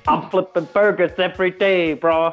I'm flipping burgers every day, bro.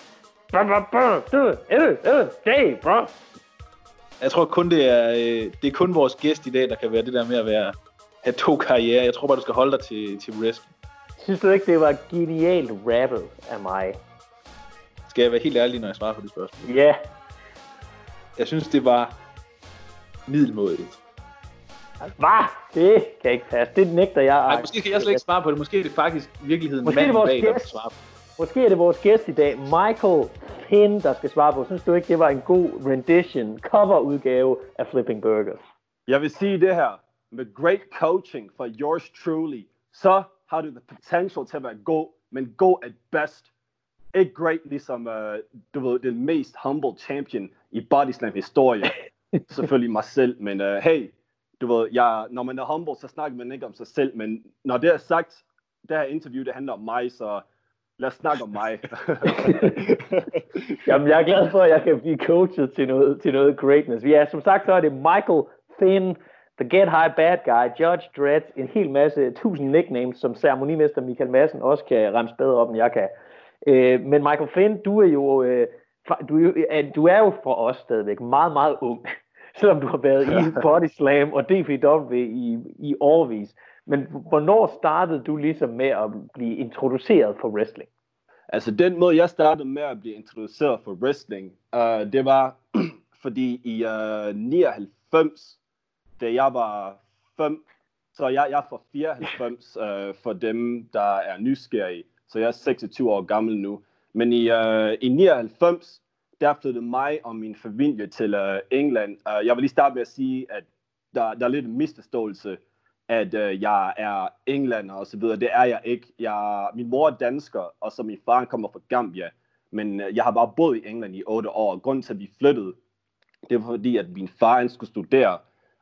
Day, bro. Jeg tror kun, det er kun vores gæst i dag, der kan være det der med at have 2 karrierer. Jeg tror bare, du skal holde dig til wrestling. Synes du ikke, det var genialt rappet af mig? Skal jeg være helt ærlig, når jeg svarer på det spørgsmål? Ja. Yeah. Jeg synes, det var middelmådigt. Hvad? Det kan ikke passe. Det nægter jeg. Nej, måske kan jeg slet ikke svare på det. Måske er det faktisk virkeligheden manden bag, der skal svare på. Måske er det vores gæst i dag, Michael Finn, der skal svare på. Synes du ikke, det var en god rendition, coverudgave af Flipping Burgers? Jeg vil sige det her. Med great coaching for yours truly, så har du the potential til at være god, men god at best. Ikke great ligesom, du ved, den mest humble champion i Bodyslam historie. Selvfølgelig mig selv, men hey, du ved, når man er humble, så snakker man ikke om sig selv, men når det er sagt, det her interview, det handler om mig, så lad os snakke om mig. Jamen, jeg er glad for, at jeg kan blive coachet til noget greatness. Som sagt, så er det Michael Finn, The Get High Bad Guy, Judge Dredd, en hel masse 1000 nicknames, som ceremonimester Michael Madsen også kan remse bedre op, end jeg kan. Men Michael Finn, du er jo for os stadigvæk meget, meget ung, selvom du har været i Bodyslam og DPW i årevis. Men hvornår startede du ligesom med at blive introduceret for wrestling? Altså den måde, jeg startede med at blive introduceret for wrestling, det var fordi i 99, da jeg var 5, så jeg er fra 94 for dem, der er nysgerrige. Så jeg er 26 år gammel nu. Men i 99, der flyttede mig og min familie til England. Jeg vil lige starte med at sige, at der er lidt en misforståelse, at jeg er englænder og så videre. Det er jeg ikke. Min mor er dansker, og så min far kommer fra Gambia. Men jeg har bare boet i England i 8 år, og grunden til, at vi flyttede, det var fordi, at min far skulle studere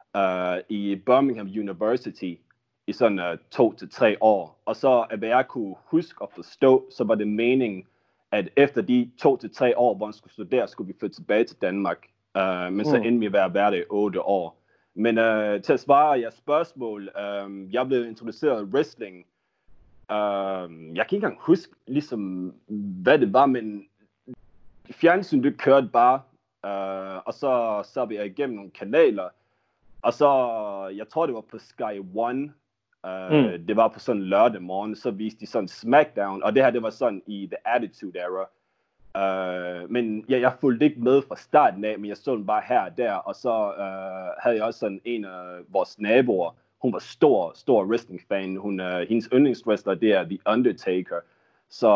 i Birmingham University i sådan 2 til 3 år. Og så, hvad jeg kunne huske og forstå, så var det meningen, at efter de 2 til 3 år, hvor han skulle studere, skulle vi flytte tilbage til Danmark. Men så endte vi ved at være der i 8 år. Men til at svare jeres spørgsmål, jeg blev introduceret i wrestling. Jeg kan ikke engang huske, ligesom, hvad det var, men fjernsyn, det kørte bare. Og så vi igennem nogle kanaler. Og så, jeg tror det var på Sky One. Det var på sådan lørdag morgen, så viste de sådan SmackDown. Og det her, det var sådan i The Attitude Era. Men jeg fulgte ikke med fra starten af, men jeg så den bare her og der. Og så havde jeg også sådan en af vores naboer. Hun var stor wrestling-fan. Hendes yndlingswrestler, det er The Undertaker. Så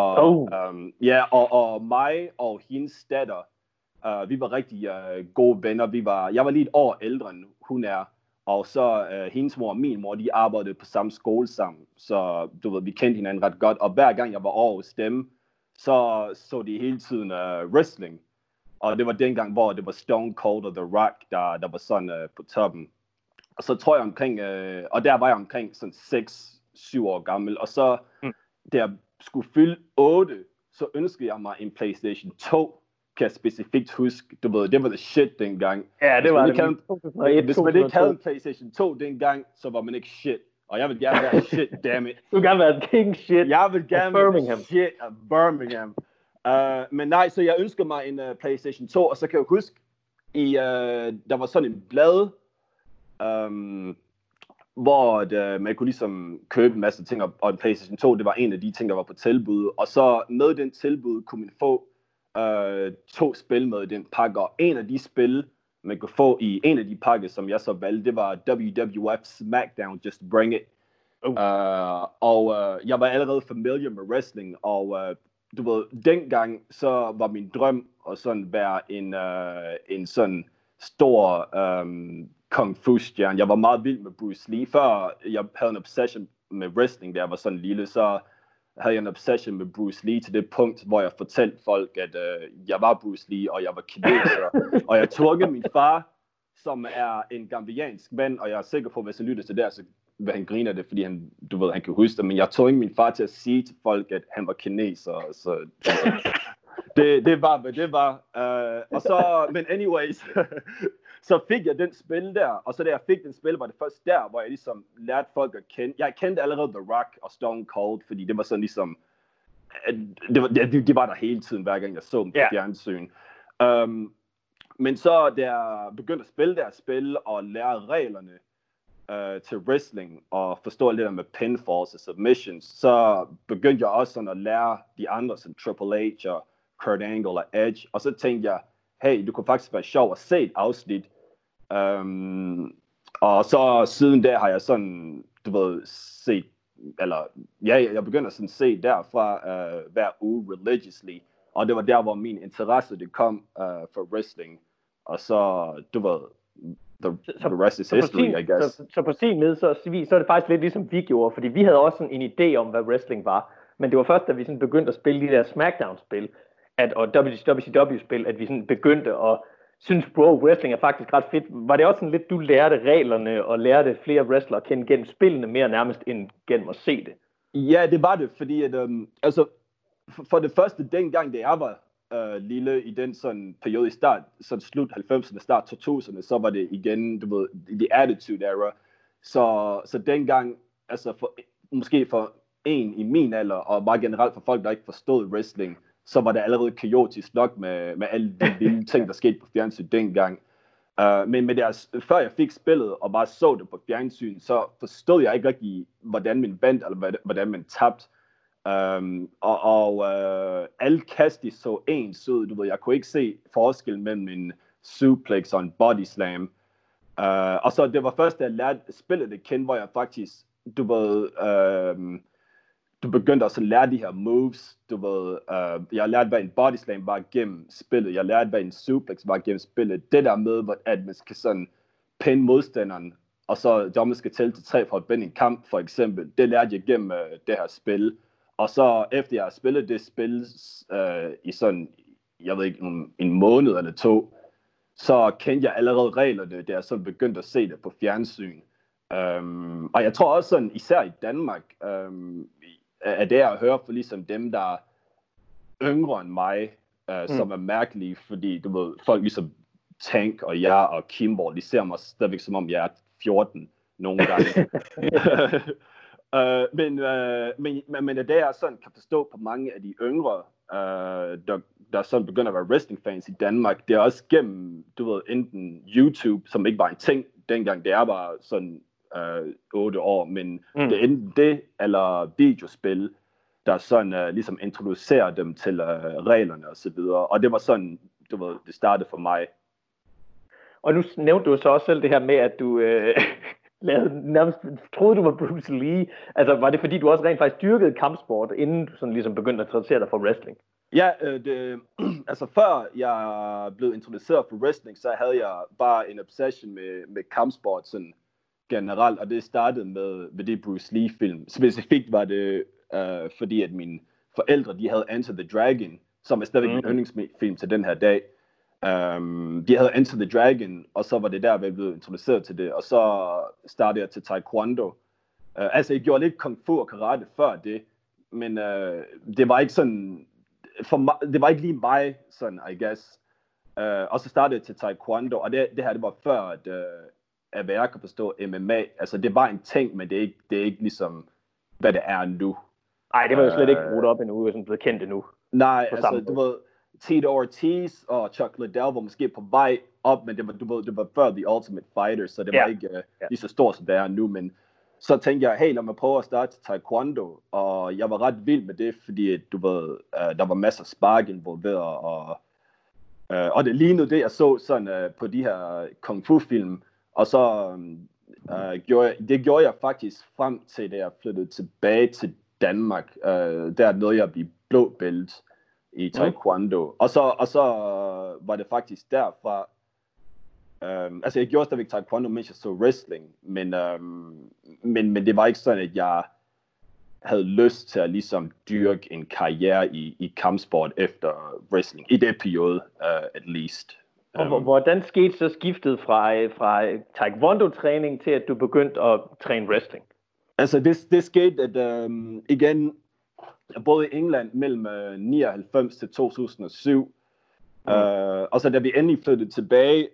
og mig og hendes datter, vi var rigtig gode venner. Jeg var lige et år ældre end hun er. Og så hendes mor og min mor, de arbejdede på samme skole sammen. Så du ved, vi kendte hinanden ret godt. Og hver gang jeg var over hos dem, så de hele tiden wrestling. Og det var dengang, hvor det var Stone Cold og The Rock, der var sådan på toppen. Og så tror jeg omkring, og der var jeg omkring sådan 6-7 år gammel. Og så, da jeg skulle fylde 8, så ønskede jeg mig en PlayStation 2. Kan jeg specifikt huske, du ved, det var the shit dengang. Ja, det var det. Hvis man ikke havde en PlayStation 2 dengang, så var man ikke shit. Og jeg vil gerne være shit, dammit. Du vil gerne være king shit. Jeg vil gerne være shit af Birmingham. Men nej, så jeg ønsker mig en PlayStation 2, og så kan jeg huske, der var sådan en blad, hvor man kunne ligesom købe en masse ting, og en PlayStation 2, det var en af de ting, der var på tilbud. Og så med den tilbud kunne man få 2 spil med i den pakke, og en af de spil, man kunne få i en af de pakker, som jeg så valgte, det var WWF SmackDown, Just Bring It. Og jeg var allerede familiar med wrestling, og du ved, dengang så var min drøm at sådan være en sådan stor kung fu stjerne. Jeg var meget vild med Bruce Lee. Før jeg havde en obsession med wrestling, da jeg var sådan lille, så havde jeg en obsession med Bruce Lee til det punkt, hvor jeg fortalte folk, at jeg var Bruce Lee, og jeg var kineser. Og jeg tog min far, som er en gambiansk mand, og jeg er sikker på, at hvis han lytter til det, så vil han grine af det, fordi han kan huske det. Men jeg tog ikke min far til at sige til folk, at han var kineser. Så det var, hvad det var. Og så, men anyways, så fik jeg den spil der, og så da jeg fik den spil, var det først der, hvor jeg ligesom lærte folk at kende. Jeg kendte allerede The Rock og Stone Cold, fordi det var sådan ligesom de var der hele tiden, hver gang jeg så dem på fjernsyn. Men så da jeg begyndte at spille deres spil og lære reglerne til wrestling og forstå lidt med pinfalls og submissions, så begyndte jeg også sådan at lære de andre, som Triple H og Kurt Angle og Edge, og så tænkte jeg, hey, det kunne faktisk være sjovt at se et afsnit. Og så siden der har jeg sådan, set, eller jeg begynder sådan at se derfra hver uge religiously, og det var der, hvor min interesse det kom for wrestling, og så, the rest is history, I guess. Så på sin måde, så er det faktisk lidt ligesom vi gjorde, fordi vi havde også en idé om, hvad wrestling var, men det var først, da vi sådan begyndte at spille de der SmackDown-spil, og WCW-spil, at vi sådan begyndte at synes, wrestling er faktisk ret fedt. Var det også sådan lidt, du lærte reglerne og lærte flere wrestlere at kende gennem spillene mere nærmest end gennem at se det? Ja, det var det, fordi at, for det første, dengang da jeg var lille i den sådan periode i start, sådan slut 90'erne, start 2000'erne, så var det igen, the Attitude Era. Så dengang, måske for en i min alder, og bare generelt for folk, der ikke forstod wrestling, så var det allerede kaotisk nok med alle de lille ting, der skete på fjernsyn dengang. Men før jeg fik spillet og bare så det på fjernsyn, så forstod jeg ikke rigtig, hvordan man vandt, eller hvordan man tabte. Alle kast, de så ens ud. Jeg kunne ikke se forskel mellem en suplex og en body slam. Og så det var først, da jeg lærte spillet det kende, hvor jeg faktisk, du begyndte også at lære de her moves. Jeg lærte, hvad en body slam var gennem spillet. Jeg lærte, hvad en suplex var gennem spillet. Det der med, at man skal sådan pinde modstanderen, og så dommer skal tælle til 3 for at vinde en kamp, for eksempel. Det lærte jeg gennem det her spil. Og så efter jeg har spillet det spil i sådan, jeg ved ikke, en måned eller 2, så kendte jeg allerede reglerne, da jeg sådan begyndte at se det på fjernsyn. Og jeg tror også sådan, især i Danmark, at det er at høre for ligesom dem, der er yngre end mig, som er mærkelige, fordi du ved, folk ligesom Tank og jeg og Kimborg, de ser mig stadigvæk som om jeg er 14 nogle gange. Men det jeg sådan kan forstå på mange af de yngre, der sådan begynder at være wrestling fans i Danmark, det er også gennem, enten YouTube, som ikke var en ting dengang, det er bare sådan 8 år, men det er enten det, eller videospil, der sådan ligesom introducerer dem til reglerne og så videre, og det var sådan, det startede for mig. Og nu nævnte du så også selv det her med, at du nærmest troede, du var Bruce Lee. Altså, var det fordi, du også rent faktisk dyrkede kampsport, inden du sådan ligesom begyndte at interessere dig for wrestling? Ja, før jeg blev introduceret for wrestling, så havde jeg bare en obsession med kampsport sådan generelt, og det startede med det Bruce Lee-film. Specifikt var det, fordi at mine forældre, de havde Enter the Dragon, som er stadigvæk min yndlingsfilm til den her dag. De havde Enter the Dragon, og så var det der, jeg blev introduceret til det, og så startede jeg til taekwondo. Jeg gjorde lidt kung fu og karate før det, men det var ikke sådan, for mig, det var ikke lige mig, sådan, I guess. Og så startede jeg til taekwondo, og det her, det var før, at hvad jeg kan forstå MMA, altså det var en ting, men det er ikke ligesom, hvad det er nu. Nej, det var jo slet ikke brudt op endnu, og sådan blevet kendt endnu. Nej, altså du ved, Tito Ortiz og Chuck Liddell var måske på vej op, men det var før The Ultimate Fighter, så det var ikke lige så stort, som det er nu, men så tænkte jeg, hey, lad mig prøve at starte til taekwondo, og jeg var ret vild med det, fordi der var masser af spark involveret, og det lignede det, jeg så sådan på de her kung fu film, og så gjorde jeg faktisk frem til, da jeg flyttede tilbage til Danmark, der nåede jeg at blive blå bælt i taekwondo, og så var det faktisk derfra, jeg gjorde stadigvæk taekwondo, mens jeg så wrestling, men det var ikke sådan, at jeg havde lyst til at ligesom dyrke en karriere i kampsport efter wrestling, i det periode, at least. Og hvordan skete så skiftet fra taekwondo-træning til, at du begyndte at træne wrestling? Altså, det skete, at igen, jeg boede i England mellem 99 til 2007, og så da vi endelig flyttede tilbage,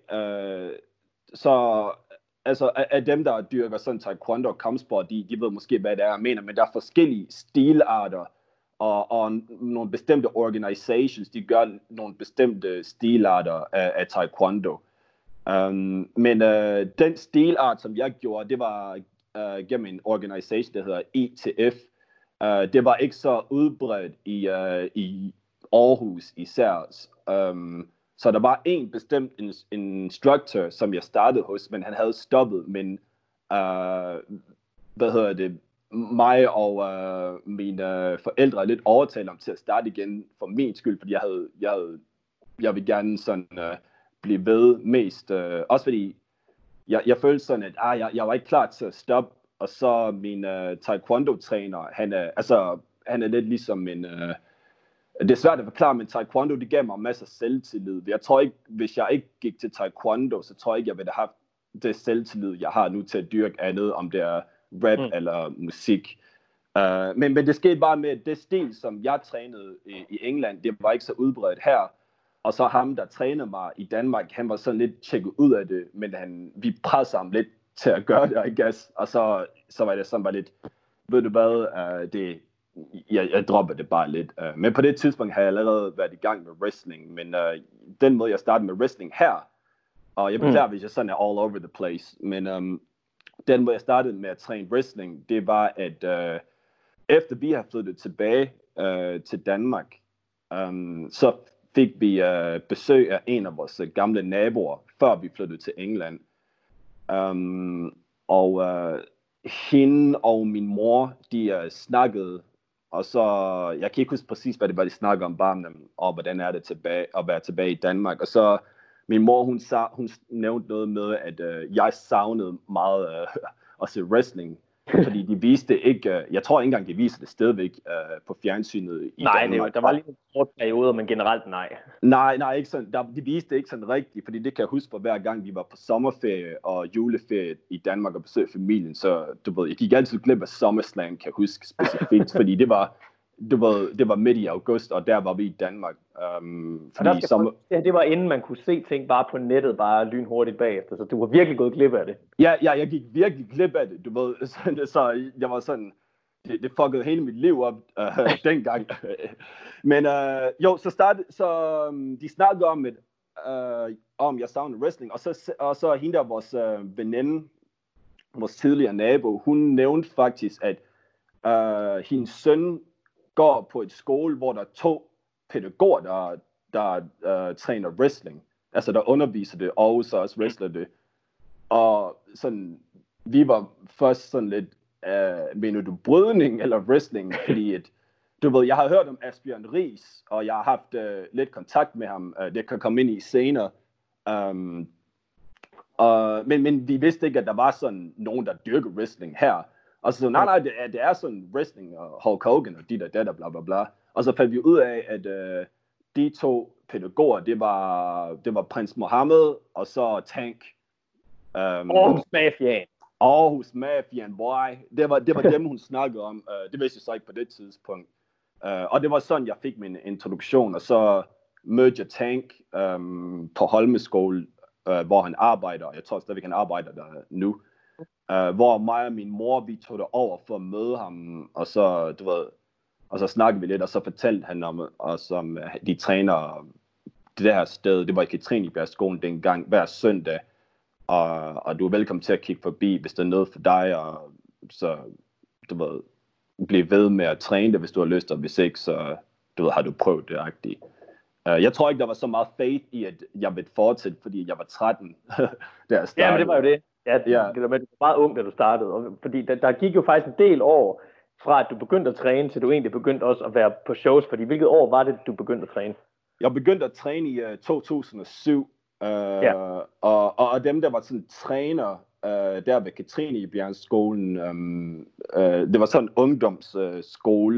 så altså af dem, der dyrker sådan taekwondo og kampsport, de ved måske, hvad det er, jeg mener, men der er forskellige stilarter, og nogle bestemte organizations, de gør nogle bestemte stilarter af taekwondo. Men den stilart, som jeg gjorde, det var gennem en organisation, der hedder ITF. Det var ikke så udbredt i Aarhus især. Så der var en bestemt instructor, som jeg startede hos, men han havde stoppet. Men mig og mine forældre er lidt overtalt om til at starte igen for min skyld, fordi jeg vil gerne sådan blive ved mest. Også fordi jeg følte sådan, at jeg var ikke klar til at stoppe. Og så min taekwondo-træner, han er lidt ligesom en... det er svært at forklare, men taekwondo, det gav mig masser af selvtillid. Jeg tror ikke, hvis jeg ikke gik til taekwondo, så tror jeg ikke, jeg ville have haft det selvtillid, jeg har nu til at dyrke andet, om det er rap eller musik. Men det skete bare med, at det stil, som jeg trænede i England, det var ikke så udbredt her. Og så ham, der trænede mig i Danmark, han var sådan lidt tjekket ud af det, men vi pressede ham lidt til at gøre det, I guess. Og så var det sådan bare lidt, ved du hvad, jeg dropper det bare lidt. Men på det tidspunkt har jeg allerede været i gang med wrestling, men den måde, jeg startede med wrestling her, og jeg beklager, hvis jeg sådan er all over the place, men den måde, jeg startede med at træne wrestling, det var, at efter vi har flyttet tilbage til Danmark, så fik vi besøg af en af vores gamle naboer, før vi flyttede til England. Hende og min mor, de snakkede, og så, jeg kan ikke huske præcis, hvad det var, de snakkede om barnen, og hvordan er det at være tilbage i Danmark. Og så min mor, hun nævnte noget med, at jeg savnede meget at se wrestling, fordi de viste ikke, jeg tror ikke engang, de viste det stadigvæk på fjernsynet i Danmark. Nej, der var lige en kort periode, men generelt nej. Nej, ikke sådan. De viste det ikke sådan rigtigt, fordi det kan jeg huske for hver gang, vi var på sommerferie og juleferie i Danmark og besøgte familien, så du ved, jeg gik altid glip af SummerSlam, kan jeg huske specifikt, fordi det var midt i august, og der var vi i Danmark. Det var inden man kunne se ting bare på nettet, bare lynhurtigt bagefter, så du var virkelig gået glip af det. Ja, jeg gik virkelig glip af det, du ved, så jeg var sådan, det fuckede hele mit liv op dengang. Men de snakkede om jeg savnede wrestling, og så hende der, vores veninde, vores tidligere nabo, hun nævnte faktisk, at hendes søn går på et skole, hvor der er 2 pædagoger, der træner wrestling. Altså, der underviser det, og så også wrestler det. Og sådan, vi var først sådan lidt, mener du brydning eller wrestling? Fordi, du ved, jeg har hørt om Asbjørn Ries, og jeg har haft lidt kontakt med ham. Det kan komme ind i senere. Men vi vidste ikke, at der var sådan nogen, der dyrker wrestling her. Og så nej, det er sådan wrestling og Hulk Hogan og dit og dat og bla bla bla. Og så fandt vi ud af, at de 2 pædagoger, det var Prins Mohammed og så Tank. Aarhus Mafiaen. Aarhus Mafiaen, boy. Det var dem, hun snakkede om. Det vidste jeg så ikke på det tidspunkt. Og det var sådan, jeg fik min introduktion. Og så mødte jeg Tank på Holmeskole, hvor han arbejder. Jeg tror stadigvæk, han arbejder der nu. Hvor mig og min mor, vi tog det over for at møde ham, og så, du ved, og så snakkede vi lidt, og så fortalte han om de træner det der sted, det var i Katrinebjergskolen dengang, hver søndag, og du er velkommen til at kigge forbi, hvis der er noget for dig, og så, du ved, blive ved med at træne det, hvis du har lyst, og hvis ikke, så, du ved, har du prøvet det agtigt. Jeg tror ikke, der var så meget faith i, at jeg ville fortsætte, fordi jeg var 13, da jeg startede. Ja, men det var jo det. Ja, det var meget ung, da du startede. Fordi der gik jo faktisk en del år fra, at du begyndte at træne, til du egentlig begyndte også at være på shows. Fordi hvilket år var det, du begyndte at træne? Jeg begyndte at træne i 2007. Og dem, der var sådan træner der ved Katrinebjergskolen, det var sådan en ungdomsskole.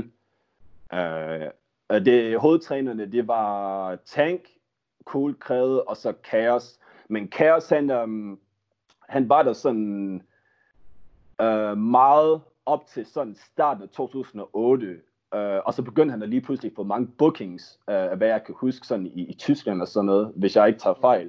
Hovedtrænerne, det var Tank, Cool Kræde og så Chaos. Men Chaos, han var der sådan meget op til sådan starten af 2008, og så begyndte han at lige pludselig få mange bookings, hvad jeg kan huske sådan i Tyskland og sådan noget, hvis jeg ikke tager fejl.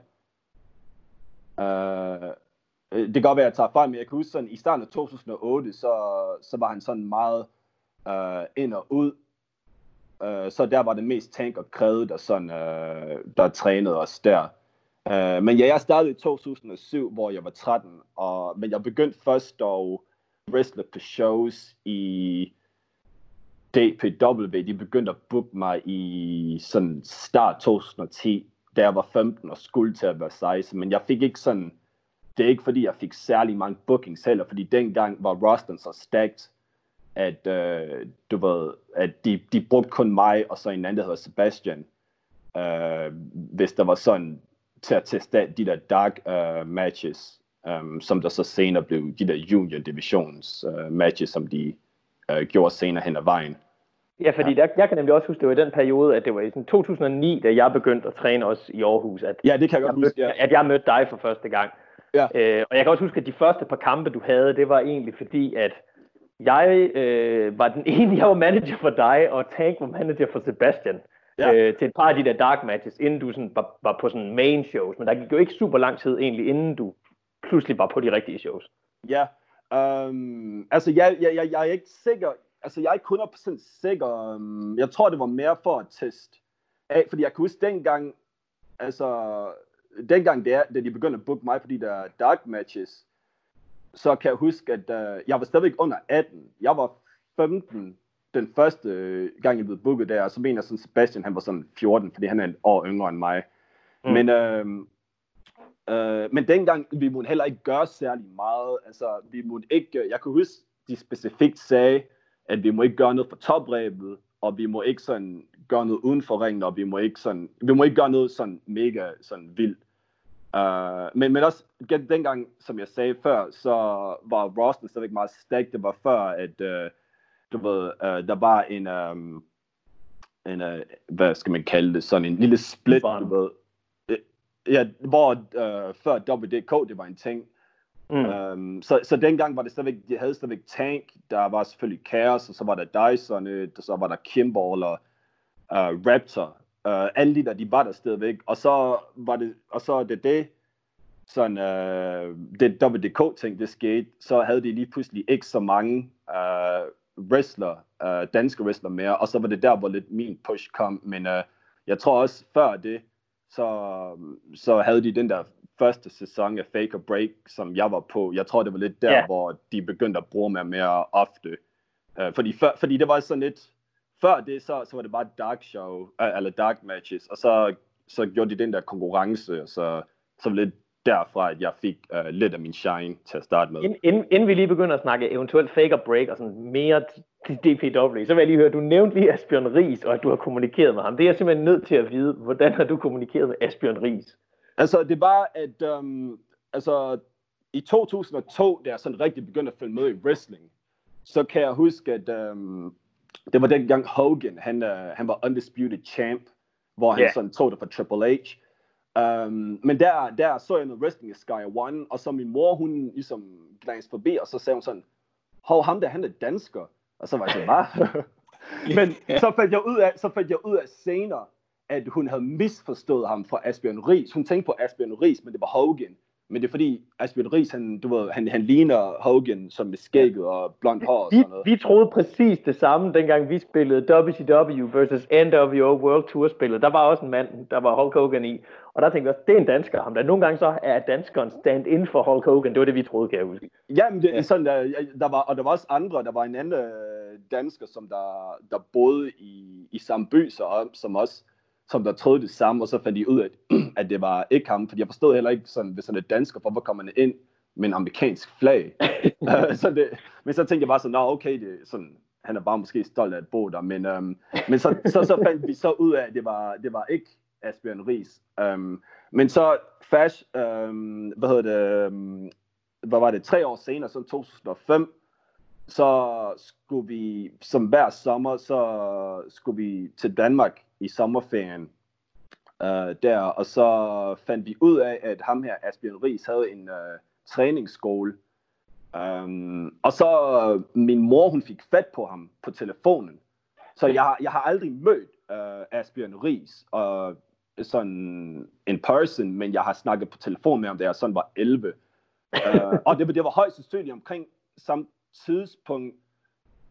Det kan godt være, at jeg tager fejl, men jeg kan huske sådan i starten af 2008, så var han sådan meget ind og ud. Så der var det mest Tank og Kræde, der trænede os der. Men ja, jeg startede i 2007, hvor jeg var 13, men jeg begyndte først at wrestle på shows i DPW. De begyndte at booke mig i sådan start 2010, da jeg var 15 og skulle til at være 16, men jeg fik ikke sådan, det er ikke fordi jeg fik særlig mange bookings heller, fordi dengang var rosteren så stacked, at du ved, at de brugte kun mig og så en anden, der hedder Sebastian, hvis der var sådan til at teste de der dark matches, som der så senere blev de der junior divisions matches, som de gjorde senere hen ad vejen. Ja, fordi jeg kan nemlig også huske, det var i den periode, at det var i sådan 2009, da jeg begyndte at træne også i Aarhus, at, ja, det kan jeg godt huske, ja. At jeg mødte dig for første gang. Ja. Og jeg kan også huske, at de første par kampe, du havde, det var egentlig fordi, at jeg var den ene, jeg var manager for dig, og Tank var manager for Sebastian. Ja. Til et par af de der dark matches, inden du sådan var på sådan main shows. Men der gik jo ikke super lang tid egentlig, inden du pludselig var på de rigtige shows. Ja, altså jeg er ikke sikker. Altså jeg er ikke 100% sikker. Jeg tror, det var mere for at teste af, fordi jeg kan huske dengang, da de begyndte at booke mig på de der dark matches, så kan jeg huske, at jeg var stadigvæk under 18. Jeg var 15 den første gang, jeg blev booket der, og så mener jeg sådan, Sebastian, han var sådan 14, fordi han er et år yngre end mig. Men dengang, vi måtte heller ikke gøre særlig meget. Altså, vi måtte ikke, jeg kan huske, de specifikt sagde, at vi må ikke gøre noget for toprebet, og vi må ikke sådan gøre noget uden for ringen, og vi må ikke gøre noget sådan mega sådan vildt. Men også dengang, som jeg sagde før, så var rosten stadigvæk meget stærkt. Det var før, at du ved, der var en hvad skal man kalde det, sådan en lille split, du ved. Ja, hvor før WDK, det var en ting. Så dengang var det stadigvæk, de havde stadigvæk Tank, der var selvfølgelig Chaos, og så var der Dyson, og så var der Kimball og Raptor. Alle de der, de var der stadigvæk, og så var det, og så det sådan, det WDK-ting, det skete, så havde de lige pludselig ikke så mange danske wrestler mere, og så var det der, hvor lidt min push kom, men jeg tror også før det, så havde de den der første sæson af Fake or Break, som jeg var på. Jeg tror, det var lidt der, hvor de begyndte at bruge mig mere ofte. Fordi det var sådan lidt, før det, så var det bare dark show, eller dark matches, og så gjorde de den der konkurrence, og så var det lidt derfra, at jeg fik lidt af min shine til at starte med. Inden vi lige begynder at snakke eventuelt Fake or Break og sådan mere DPW, så vil jeg lige høre, du nævnte lige Asbjørn Riis, og at du har kommunikeret med ham. Det er jeg simpelthen nødt til at vide. Hvordan har du kommunikeret med Asbjørn Riis? Altså, det var, at i 2002, da jeg sådan rigtig begyndte at følge med i wrestling, så kan jeg huske, at det var dengang Hogan, han var undisputed champ, hvor han sådan tog det fra Triple H. Men der så jeg noget wrestling i Sky One, og så min mor, hun ligesom glansede forbi, og så sagde hun sådan, ham der, han er dansker. Og så var jeg sådan, hvad? Men så fandt jeg ud af senere, at hun havde misforstået ham fra Asbjørn Riis. Hun tænkte på Asbjørn Riis, men det var Hogan. Men det er fordi, Asbjørn Riis, han ligner Hogan, som med skægget og blondt hår og sådan noget. Vi troede præcis det samme, dengang vi spillede WCW versus NWO World Tour spillet. Der var også en mand, der var Hulk Hogan i. Og der tænkte vi også, det er en dansker. Ham der nogle gange så er danskeren stand-in for Hulk Hogan. Det var det, vi troede, kan jeg huske. Ja, men det er sådan, der var også andre. Der var en anden dansker, som der boede i samme by, som der troede det samme, og så fandt de ud af, at det var ikke ham, fordi jeg forstod heller ikke, sådan, hvis han er dansker, hvorfor kommer han ind med en amerikansk flag? Men så tænkte jeg bare sådan, okay, det, sådan, han er bare måske stolt af at bo der, men så fandt vi så ud af, at det var ikke Asbjørn Riis. Men så hvad var det, 3 år senere, så 2005, så skulle vi, som hver sommer, så skulle vi til Danmark i sommerferien der, og så fandt vi ud af, at ham her, Asbjørn Riis, havde en træningsskole, og så min mor, hun fik fat på ham på telefonen, så jeg har aldrig mødt Asbjørn Riis og sådan en person, men jeg har snakket på telefon med ham, da jeg sådan var 11, og det var højst sandsynligt omkring samme tidspunkt,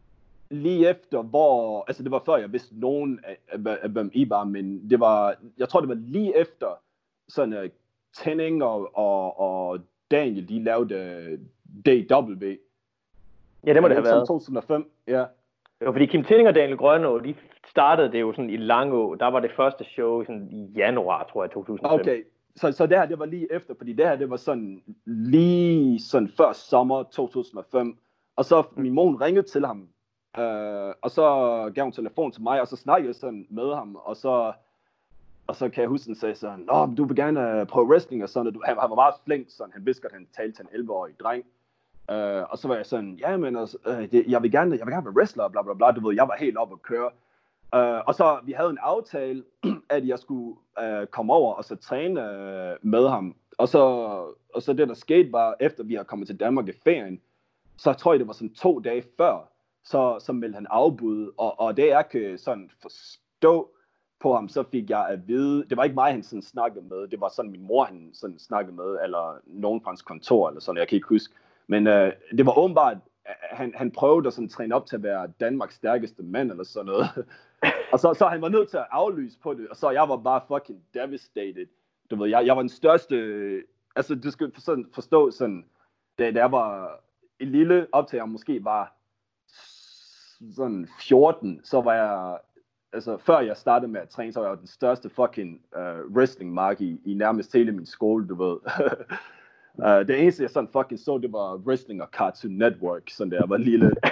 lige efter, hvor, altså det var før jeg vidste nogen af hvem I var, men jeg tror det var lige efter, sådan Tænding og Daniel, de lavede DW. Ja, det må det have været. 2005, ja. Jo, fordi Kim Tænding og Daniel Grønå, de startede det jo sådan i Langå. Der var det første show sådan i januar, tror jeg, 2005. Okay, så det her, det var lige efter, fordi det her, det var sådan lige sådan før sommer 2005. Og så min mor ringede til ham, og så gav hun telefon til mig, og så snakkede jeg sådan med ham, og så kan jeg huske, han sagde sådan, du vil gerne prøve wrestling og sådan, han var meget flink, sådan, han vidste godt, han talte til en 11-årig dreng. Og så var jeg sådan, ja, men jeg vil gerne være wrestler, bla bla bla, du ved, jeg var helt oppe at køre. Og så vi havde en aftale, at jeg skulle komme over og så træne med ham. Og så det der skete var, efter vi havde kommet til Danmark i ferien, så tror jeg det var sådan 2 dage før, så meldte han afbud, og det jeg kan sådan forstå på ham, så fik jeg at vide, det var ikke mig, han sådan snakkede med, det var sådan min mor, han sådan snakkede med, eller nogen fra hans kontor, eller sådan, jeg kan ikke huske. Men det var åbenbart, han prøvede at sådan træne op til at være Danmarks stærkeste mand, eller sådan noget. Og så han var nødt til at aflyse på det, og så jeg var bare fucking devastated. Du ved, jeg var den største, altså du skal sådan forstå sådan, da jeg var en lille optager, måske var sådan 14, så var jeg, altså før jeg startede med at træne, så var jeg den største fucking wrestling-mark i nærmest hele min skole, du ved. Det eneste jeg sådan fucking så, det var wrestling og Cartoon Network, sådan der, jeg var lille. Det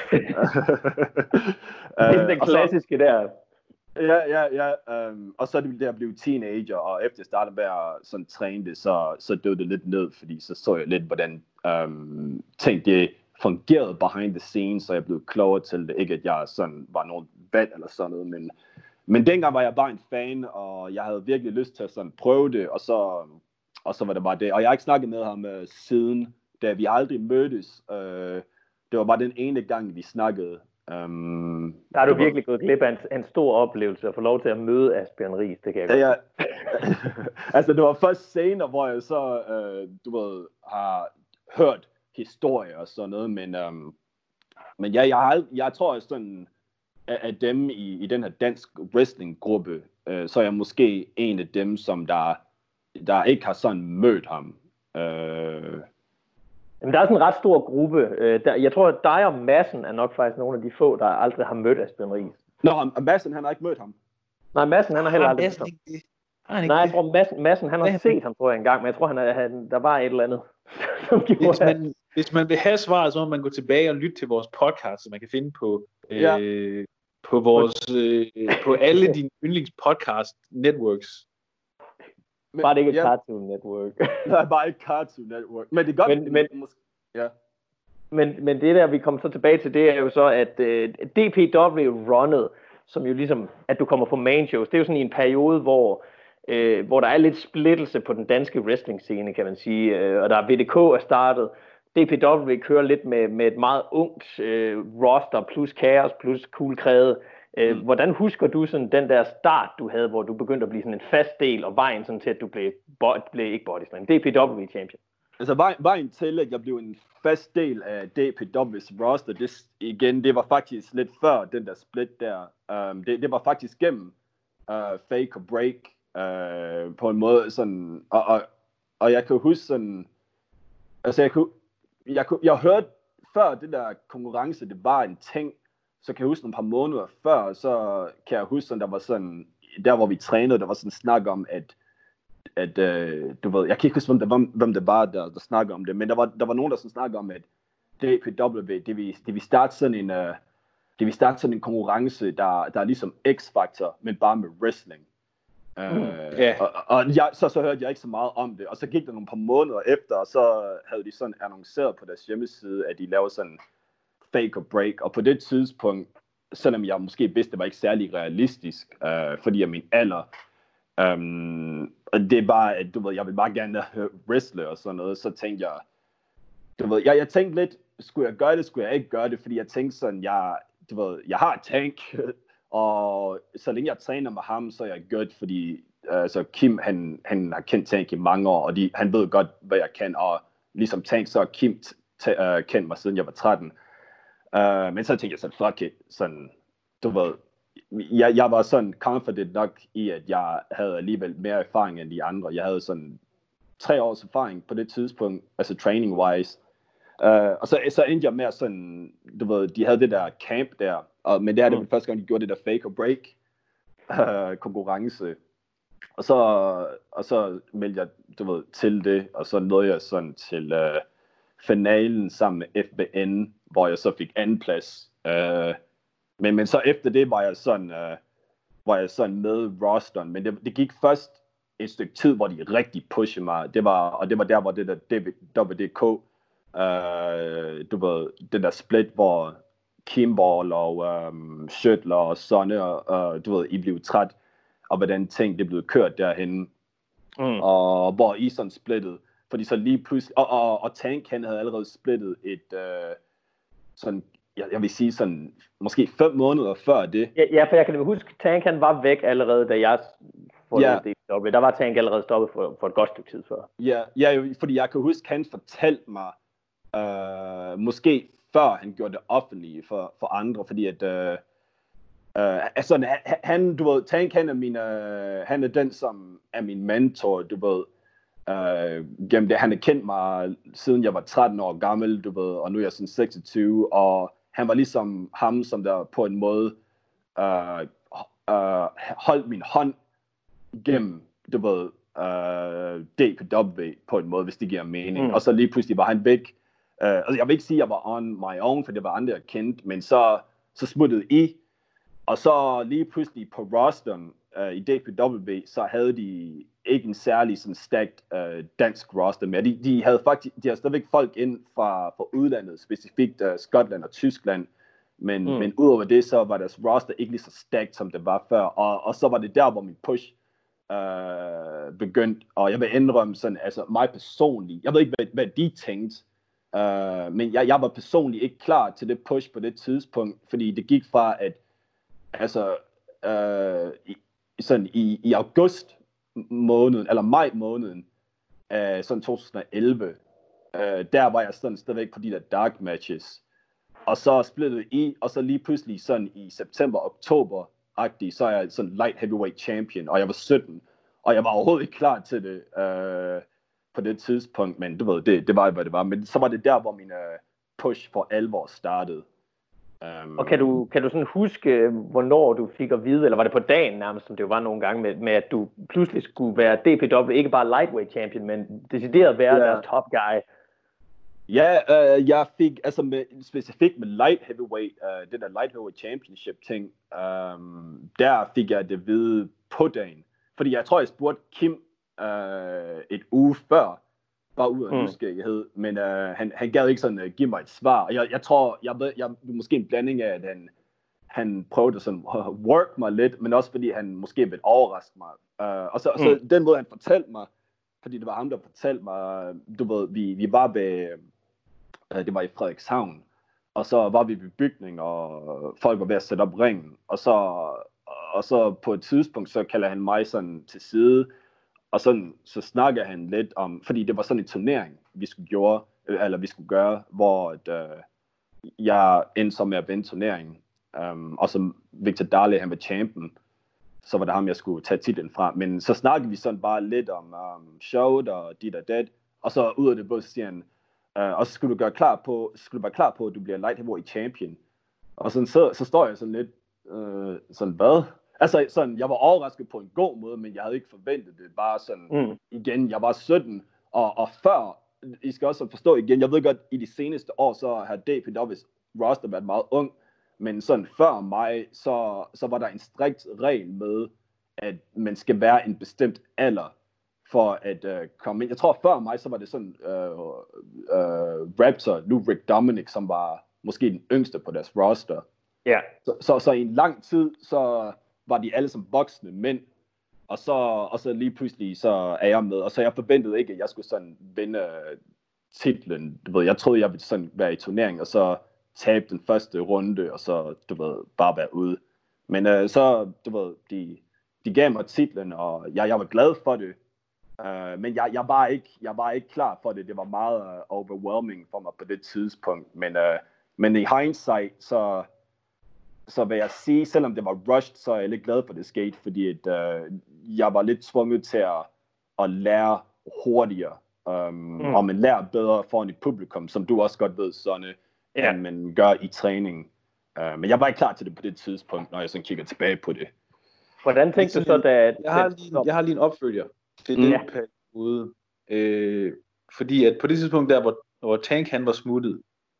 er den klassiske der. Ja. Og så da jeg blev teenager, og efter jeg startede med at sådan træne det, så døde det lidt ned, fordi så jeg lidt, hvordan ting det fungerede behind the scenes, så jeg blev klogere til det. Ikke at jeg sådan var nogen vat eller sådan noget, men dengang var jeg bare en fan, og jeg havde virkelig lyst til at sådan prøve det, og så var det bare det. Og jeg har ikke snakket med ham siden, da vi aldrig mødtes. Det var bare den ene gang, vi snakkede. Der har du virkelig gået glip af en stor oplevelse at få lov til at møde Asbjørn Riis, det kan jeg godt. Ja. Altså det var først senere, hvor jeg så, du ved, har hørt historier og sådan noget, men ja, jeg tror sådan, at dem i den her dansk wrestling-gruppe, så er jeg måske en af dem, som der ikke har sådan mødt ham. Men der er sådan en ret stor gruppe. Jeg tror, at dig og Madsen er nok faktisk nogle af de få, der aldrig har mødt Asbjørn Riis. Nå, Madsen, han har ikke mødt ham. Nej, Madsen, han har heller aldrig mødt ham. Nej, jeg tror, Madsen, han har set ham, tror jeg, engang, men jeg tror, der var et eller andet, som gjorde hvis man vil have svaret, så må man gå tilbage og lytte til vores podcast, som man kan finde på, på vores, på alle dine yndlingspodcast networks. Bare det ikke et Cartoon Network. Nej, bare ikke Cartoon Network. Men det er godt. Men det der, vi kommer så tilbage til, det er jo så, at DPW-runnet, som jo ligesom, at du kommer på main shows, det er jo sådan i en periode, hvor der er lidt splittelse på den danske wrestling-scene, kan man sige. Og der er VDK er startet. DPW kører lidt med et meget ungt roster, plus Kaos, plus Cool Kræde. Hvordan husker du sådan den der start, du havde, hvor du begyndte at blive sådan en fast del, og vejen sådan til, at du blev ikke bodyslam, DPW champion? Altså vejen til, at jeg blev en fast del af DPW's roster, det var faktisk lidt før den der split der. Det var faktisk gennem Fake or Break på en måde sådan, og jeg kan huske sådan, altså jeg hørte før det der konkurrence, det var en ting. Så kan jeg huske nogle par måneder før, så kan jeg huske, at der var sådan, der hvor vi trænede, der var sådan snak om, at du ved, jeg kan ikke huske, hvem det var, der snakkede om det, men der var nogen, der sådan snakkede om, at DPW, det vil starte sådan en konkurrence, der er ligesom X-Factor, men bare med wrestling. Og så hørte jeg ikke så meget om det, og så gik der nogle par måneder efter, og så havde de sådan annonceret på deres hjemmeside, at de laver sådan Fake or Break, og på det tidspunkt, selvom jeg måske vidste, det var ikke særlig realistisk, fordi af min alder, og det var, at du ved, jeg ville bare gerne wrestle og sådan noget, så tænkte jeg, du ved, jeg tænkte lidt, skulle jeg gøre det, skulle jeg ikke gøre det, fordi jeg tænkte sådan, jeg har et tank, og så længe jeg træner med ham, så er jeg godt, fordi så Kim, han har kendt Tank i mange år, og han ved godt, hvad jeg kan, og ligesom Tank, så har Kim kendt mig siden jeg var 13. Men så tænkte jeg sådan, fuck it, sådan, du ved, jeg var sådan confident nok i, at jeg havde alligevel mere erfaring end de andre. Jeg havde sådan 3 års erfaring på det tidspunkt, altså training-wise. Og så endte jeg med sådan, du ved, de havde det der camp der, men det her det var første gang, de gjorde det der fake or break konkurrence. Og så meldte jeg, du ved, til det, og så nåede jeg sådan til finalen sammen med FBN, hvor jeg så fik anden plads. Men så efter det var jeg sådan med rosteren, men det gik først et stykke tid, hvor de rigtig pushede mig. Det var der, hvor det der WDK, du ved, den der split, hvor Kimball og Schøttler og Sonne, og du ved, I blev træt, og hvordan ting det blev kørt derhen, og hvor I sådan splittede, fordi så lige pludselig, og Tank, han havde allerede splittet et, sådan, jeg vil sige sådan, måske 5 måneder før det. Ja, for jeg kan huske, Tank han var væk allerede, da jeg forlod DPW. Der var Tank allerede stoppet for et godt stykke tid før. Ja, fordi jeg kan huske, han fortalte mig, måske før han gjorde det offentlige for andre, fordi at, altså han, du ved, Tank han er den, som er min mentor, du ved, gennem det, han har kendt mig siden jeg var 13 år gammel, du ved, og nu er jeg sådan 26, og han var ligesom ham, som der på en måde holdt min hånd gennem, du ved, DPW på en måde, hvis det giver mening. Og så lige pludselig var han væk. Altså jeg vil ikke sige, at jeg var on my own, for det var andre, jeg kendte, men så smuttede I, og så lige pludselig på rosteren i DPW, så havde de ikke en særlig sådan stacked dansk roster med. De havde stadigvæk folk ind fra udlandet, specifikt Skotland og Tyskland, men udover det, så var deres roster ikke lige så stacked, som det var før, og så var det der, hvor min push begyndte, og jeg vil indrømme sådan, altså mig personligt, jeg ved ikke, hvad de tænkte, men jeg var personligt ikke klar til det push på det tidspunkt, fordi det gik fra, at altså, sådan i august måneden, eller maj måneden, sådan 2011, der var jeg sådan stadigvæk på de der dark matches, og så splittede I, og så lige pludselig sådan i september-oktober-agtig, så er jeg sådan light heavyweight champion, og jeg var 17, og jeg var overhovedet ikke klar til det på det tidspunkt, men du ved, det var, hvad det var, men så var det der, hvor min push for alvor startede. Og kan du sådan huske, hvornår du fik at vide, eller var det på dagen nærmest, som det jo var nogle gange, med at du pludselig skulle være DPW, ikke bare lightweight champion, men decideret være deres top guy? Ja, jeg fik, altså specifikt med light heavyweight, det der light heavyweight championship ting, der fik jeg det vide på dagen. Fordi jeg tror, jeg spurgte Kim et uge før, bare ud af nysgerrighed, men han gad ikke sådan give mig et svar. Og jeg tror, jeg måske en blanding af, at han prøvede sådan work mig lidt, men også fordi han måske ville overraske mig. Og så den måde, han fortalte mig, fordi det var ham, der fortalte mig, du ved, vi var ved, det var i Frederikshavn, og så var vi ved bygning, og folk var ved at sætte op ringen, og så på et tidspunkt, så kalder han mig sådan til side, og så snakker han lidt om, fordi det var sådan en turnering, vi skulle gøre, hvor jeg endte så med at vinde turneringen, og så Victor Darley, han var champion, så var det ham, jeg skulle tage titlen fra, men så snakkede vi sådan bare lidt om showet og dit og dat, og så ud af det både, så siger han, og så skulle du være klar på, at du bliver light heavyweight champion, og sådan, så står jeg sådan lidt, sådan hvad? Altså sådan, jeg var overrasket på en god måde, men jeg havde ikke forventet det. Bare sådan, igen, jeg var 17, og før, I skal også forstå igen, jeg ved godt, i de seneste år, så har DPW's roster været meget ung, men sådan før mig, så var der en strikt regel med, at man skal være en bestemt alder, for at komme ind. Jeg tror, før mig, så var det sådan, Raptor, nu Rick Dominic, som var måske den yngste på deres roster. Ja. Så i en lang tid, så var de alle som voksne mænd, og så lige pludselig, så er jeg med, og så jeg forventede ikke, at jeg skulle sådan vinde titlen, du ved, jeg troede, jeg ville sådan være i turnering, og så tabe den første runde, og så, du ved, bare være ude. Men så, du ved, de gav mig titlen, og jeg var glad for det, men jeg var ikke klar for det. Det var meget overwhelming for mig på det tidspunkt, men Men i hindsight, så vil jeg sige, selvom det var rushed, så er jeg lidt glad for det skete, fordi at, jeg var lidt tvunget til at lære hurtigere, og man lærer bedre foran et publikum, som du også godt ved, Sonne, end man gør i træning. Men jeg var ikke klar til det på det tidspunkt, når jeg sådan kigger tilbage på det. Hvordan tænkte du så, da... Jeg har lige en opfølger til den periode. Fordi at på det tidspunkt der, hvor Tank han var smuttet,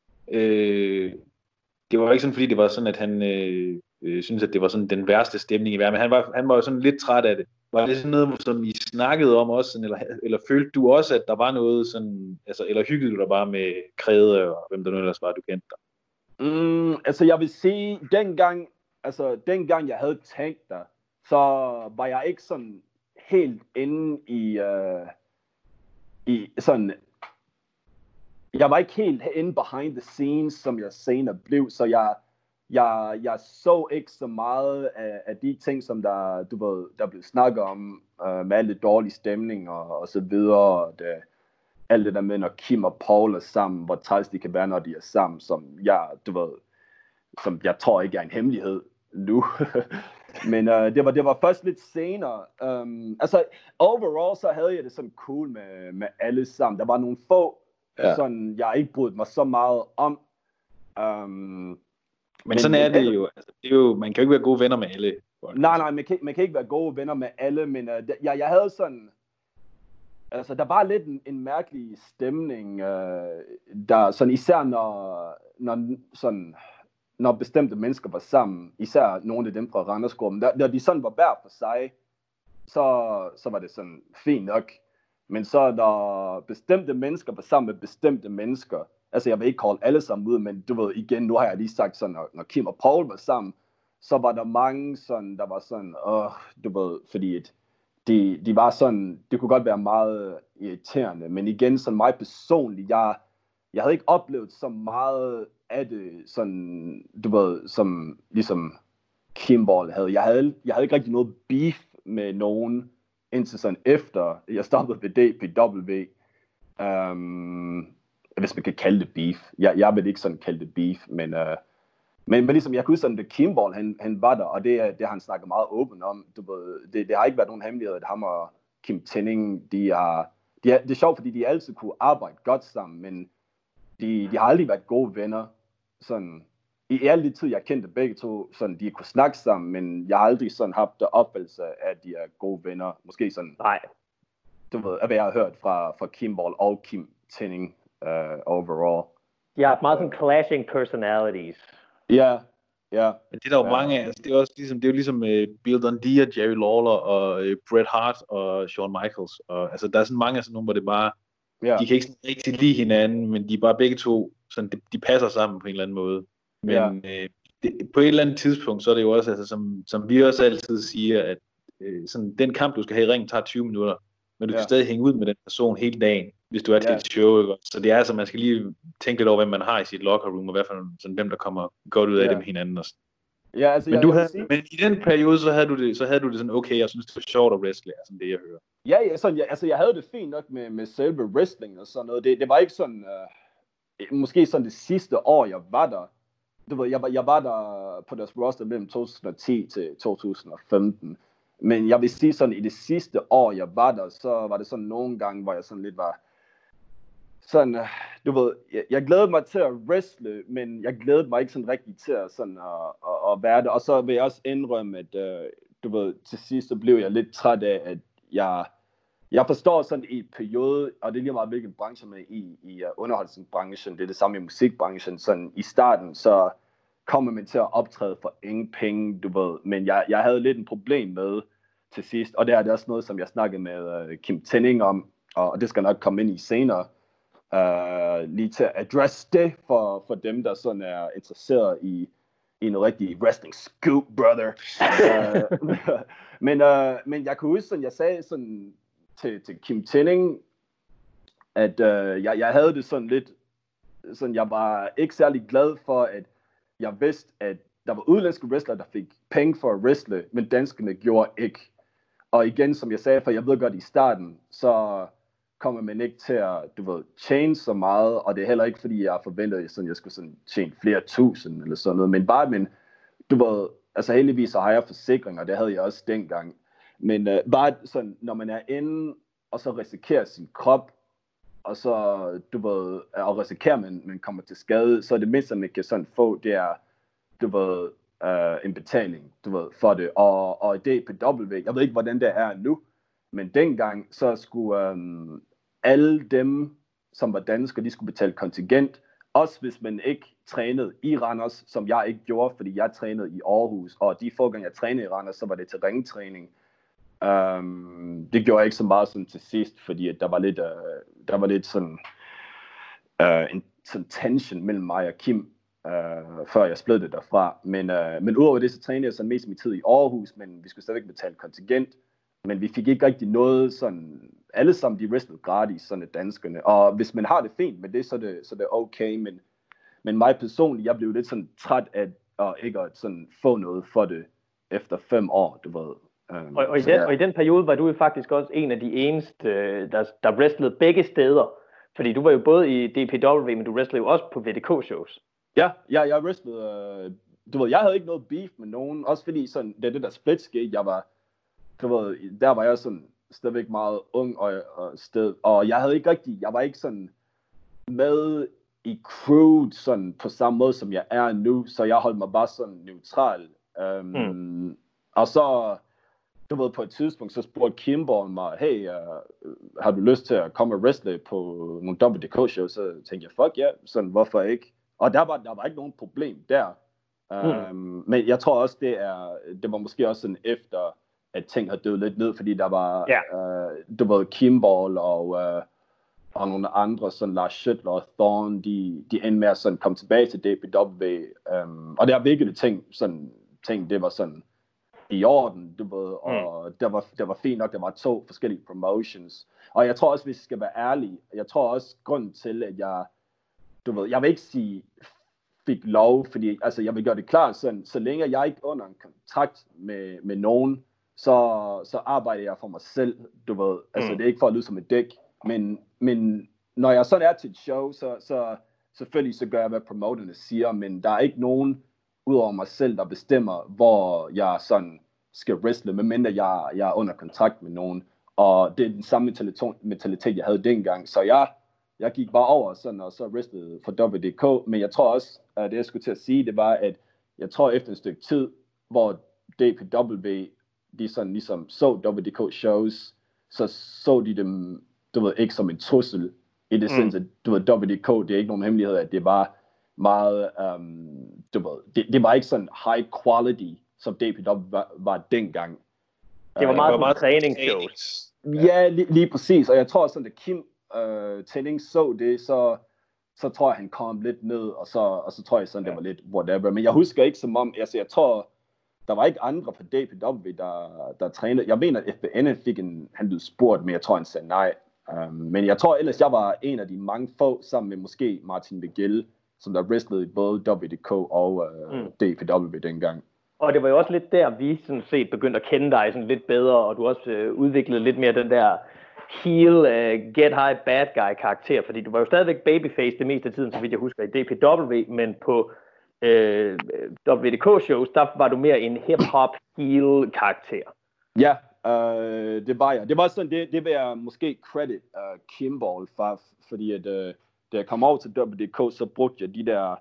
det var ikke sådan, fordi det var sådan, at han synes at det var sådan den værste stemning i verden, men han var jo sådan lidt træt af det. Var det sådan noget, som I snakkede om også, eller følte du også, at der var noget sådan, altså, eller hyggede du dig bare med Krede, og hvem der nu ellers var, du kendte dig? Altså jeg vil sige, dengang jeg havde tænkt der, så var jeg ikke sådan helt inde i sådan, jeg var ikke helt inde behind the scenes, som jeg senere blev, så jeg så ikke så meget af de ting, som der blev snakket om, med alle dårlige stemning og så videre, alt det der med, når Kim og Paul er sammen, hvor træls de kan være, når de er sammen, som jeg tror ikke er en hemmelighed nu. Men det var først lidt senere. Altså, overall så havde jeg det sådan cool med alle sammen. Der var nogle få, sådan, jeg ikke brydte mig så meget om. Men sådan er det jo. Altså, det er jo. Man kan jo ikke være gode venner med alle. Nej, man kan ikke være gode venner med alle, men jeg havde sådan... Altså, der var lidt en mærkelig stemning, der sådan, især når bestemte mennesker var sammen, især nogle af dem fra Randersgruppen, når de sådan var hver for sig, så var det sådan fint nok. Men så når bestemte mennesker var sammen med bestemte mennesker, altså jeg vil ikke holde alle sammen ud, men du ved igen, nu har jeg lige sagt sådan, når Kim og Paul var sammen, så var der mange sådan, der var sådan, du ved, fordi de var sådan, det kunne godt være meget irriterende, men igen, sådan mig personligt, jeg havde ikke oplevet så meget af det, sådan, du ved, som ligesom Kimball havde. Jeg havde ikke rigtig noget beef med nogen, indtil sådan efter, jeg stoppede ved DPW, hvis man kan kalde det beef. Jeg vil ikke sådan kalde det beef, men ligesom, jeg kunne huske sådan, at Kimball, han var der, og det har han snakket meget åbent om. Du ved, det har ikke været nogen hemmelighed, at ham og Kim Tenning, det er sjovt, fordi de altid kunne arbejde godt sammen, men de har aldrig været gode venner. Sådan, i alle de tid, jeg kendte begge to, sådan, de kunne snakke sammen, men jeg har aldrig sådan haft det opfattelse af, at de er gode venner. Måske sådan, du ved, hvad jeg har hørt fra Kimball og Kim Tenning overall. De har meget sådan clashing personalities. Ja. Men det er der jo mange af. Altså, det er jo ligesom Bill Dundee og Jerry Lawler og Bret Hart og Shawn Michaels. Og, altså, der er sådan mange af sådan nogle, hvor det bare, de kan ikke sådan rigtig lide hinanden, men de er bare begge to, sådan, de passer sammen på en eller anden måde. Men på et eller andet tidspunkt, så er det jo også, altså, som vi også altid siger, at sådan, den kamp, du skal have i ringen, tager 20 minutter. Men du kan stadig hænge ud med den person hele dagen, hvis du er til et show. Ikke? Så det er altså, man skal lige tænke lidt over, hvem man har i sit locker room, og hvad for sådan dem, der kommer godt ud af det med hinanden. Og ja, altså, men i den periode, så havde du det sådan, okay, jeg synes, det var sjovt at wrestle, er sådan det, jeg hører. Ja, sådan, jeg havde det fint nok med selve wrestling og sådan noget. Det var ikke sådan, måske sådan det sidste år, jeg var der. Du ved, jeg var der på deres roster mellem 2010 til 2015. Men jeg vil sige sådan, i det sidste år, jeg var der, så var det sådan nogle gange, hvor jeg sådan lidt var sådan, du ved, jeg glædede mig til at wrestle, men jeg glædede mig ikke sådan rigtig til at, sådan, at være der. Og så vil jeg også indrømme, at du ved, til sidst så blev jeg lidt træt af, at jeg forstår sådan i en periode, og det er lige meget hvilken branche man er i underholdningsbranchen, det er det samme i musikbranchen, sådan i starten, så kommer man til at optræde for ingen penge, du ved, men jeg havde lidt en problem med til sidst, og det er det også noget, som jeg snakkede med Kim Tenning om, og det skal nok komme ind i senere, lige til at address det for dem, der sådan er interesseret i noget rigtig wrestling scoop, brother. Men jeg kunne huske, sådan, jeg sagde sådan til Kim Tenning, at jeg havde det sådan lidt, sådan jeg var ikke særlig glad for, at jeg vidste, at der var udenlandske wrestlere, der fik penge for at wrestle, men danskerne gjorde ikke. Og igen, som jeg sagde, for jeg ved godt i starten, så kommer man ikke til at, tjene så meget, og det er heller ikke, fordi jeg forventede, at jeg skulle sådan tjene flere tusind, eller sådan noget, men bare, altså heldigvis så har jeg forsikring, og det havde jeg også dengang, men bare sådan, når man er inde, og så risikerer sin krop, og så, og risikerer man kommer til skade, så er det mindste, man kan sådan få, det er, en betaling, for det, og det på W, jeg ved ikke, hvordan det er nu, men dengang, så skulle alle dem, som var danskere, de skulle betale kontingent, også hvis man ikke trænede i Randers, som jeg ikke gjorde, fordi jeg trænede i Aarhus, og de få gange jeg trænede i Randers, så var det til ringtræning. Det gjorde jeg ikke så meget sådan til sidst, fordi at der var lidt sådan en sådan tension mellem mig og Kim, før jeg splittede derfra. Men udover det, så trænede jeg sådan mest min tid i Aarhus, men vi skulle stadigvæk betale kontingent. Men vi fik ikke rigtig noget sådan, alle sammen de wrestlede gratis, sådan danskerne. Og hvis man har det fint med det, så er det okay. Men mig personligt, jeg blev lidt sådan træt af ikke at sådan få noget for det efter 5 år, du ved. Og i den periode var du jo faktisk også en af de eneste, der wrestlede begge steder. Fordi du var jo både i DPW, men du wrestlede jo også på VDK-shows. Ja, jeg wrestlede, jeg havde ikke noget beef med nogen, også fordi sådan, det der split skete, der var jeg sådan stadigvæk meget ung og jeg havde ikke rigtig, jeg var ikke sådan med i crewet sådan på samme måde, som jeg er nu, så jeg holdt mig bare sådan neutral. Og så, på et tidspunkt, så spurgte Kimborg mig, hey, har du lyst til at komme og wrestle på nogle WDK-shows? Så tænkte jeg, fuck ja, sådan, hvorfor ikke? Og der var ikke nogen problem der. Men jeg tror også, det var måske også sådan efter, at ting har død lidt ned, fordi der var, Kimborg og nogle andre, sådan Lars Schüttler og Thorne, de endte med at sådan komme tilbage til DPW. Og der virkede ting, det var sådan i orden, og der var fint nok, der var 2 forskellige promotions. Og jeg tror også, hvis jeg skal være ærlig, jeg tror også grunden til, at jeg vil ikke sige fik lov, fordi altså jeg vil gøre det klart sådan, så længe jeg ikke under en kontrakt med nogen, så arbejder jeg for mig selv, altså det er ikke for at lyde som et dæk, men når jeg sådan er til et show, så selvfølgelig så gør jeg, hvad promoterne siger, men der er ikke nogen udover mig selv, der bestemmer, hvor jeg sådan skal wrestle, medmindre jeg er under kontrakt med nogen, og det er den samme mentalitet, jeg havde dengang, så jeg gik bare over sådan, og så wrestlede for WDK, men jeg tror også, at det jeg skulle til at sige, det var, at jeg tror efter et stykke tid, hvor DPW, de sådan ligesom så WDK shows, så de dem, ikke som en trussel, i det sens, at WDK, det er ikke nogen hemmelighed, at det var meget, det var ikke sådan high quality, som DPW var dengang. Det var meget træningsshows. Ja, lige præcis, og jeg tror sådan, at Kim Tenning så det, så tror jeg, han kom lidt ned, og så tror jeg sådan, det var lidt whatever. Men jeg husker ikke som om, altså jeg tror, der var ikke andre på DPW, der trænede. Jeg mener, at FBN han blev spurgt, men jeg tror, han sagde nej. Men jeg tror ellers, jeg var en af de mange få, sammen med måske Martin Vigil, som der wrestlede i både WDK og DPW dengang. Og det var jo også lidt der, vi sådan set begyndte at kende dig sådan lidt bedre, og du også udviklede lidt mere den der heel, get high bad guy karakter, fordi du var jo stadigvæk babyface det meste af tiden, så vidt jeg husker, i DPW, men på WDK-shows, der var du mere en hip-hop heel karakter. Ja, det var jeg. Det var sådan, det vil jeg måske credit Kimball for, fordi at, da jeg kom over til WDK, så brugte jeg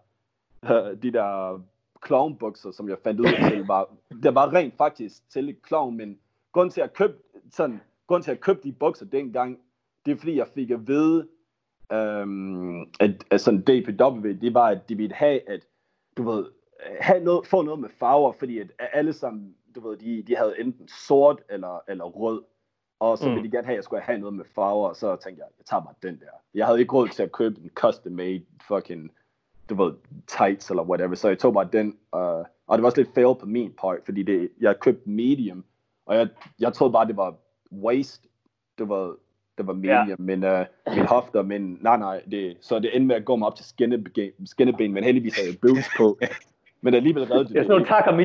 de der clownbukser, som jeg fandt ud af til, det var rent faktisk til et clown, men grunden til at købe de bukser dengang, det er fordi jeg fik at vide, at sådan DPW, det var, at de ville have, at få noget med farver, fordi at alle sammen, de havde enten sort eller rød, og så ville de gerne have, at jeg skulle have noget med farver, og så tænkte jeg tager bare den der. Jeg havde ikke råd til at købe en custom-made fucking, tights eller whatever, så jeg tog bare den, og det var også lidt fail på min part, fordi jeg købte medium, og jeg troede bare, det var waist, det var medium, men min hofter, men nej, så det endte med at gå mig op til skinneben, men heldigvis havde jeg boots på, men alligevel redde det. Det er sådan nogle Taka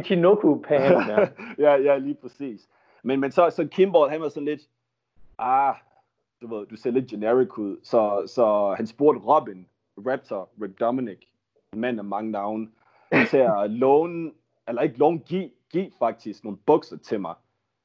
Michinoku-pants. Ja, lige præcis. Men så Kimball, han var sådan lidt, du ser lidt generic ud. Så han spurgte Robin, Raptor, Rick Dominic, en mand af mange navne, til at give faktisk nogle bukser til mig,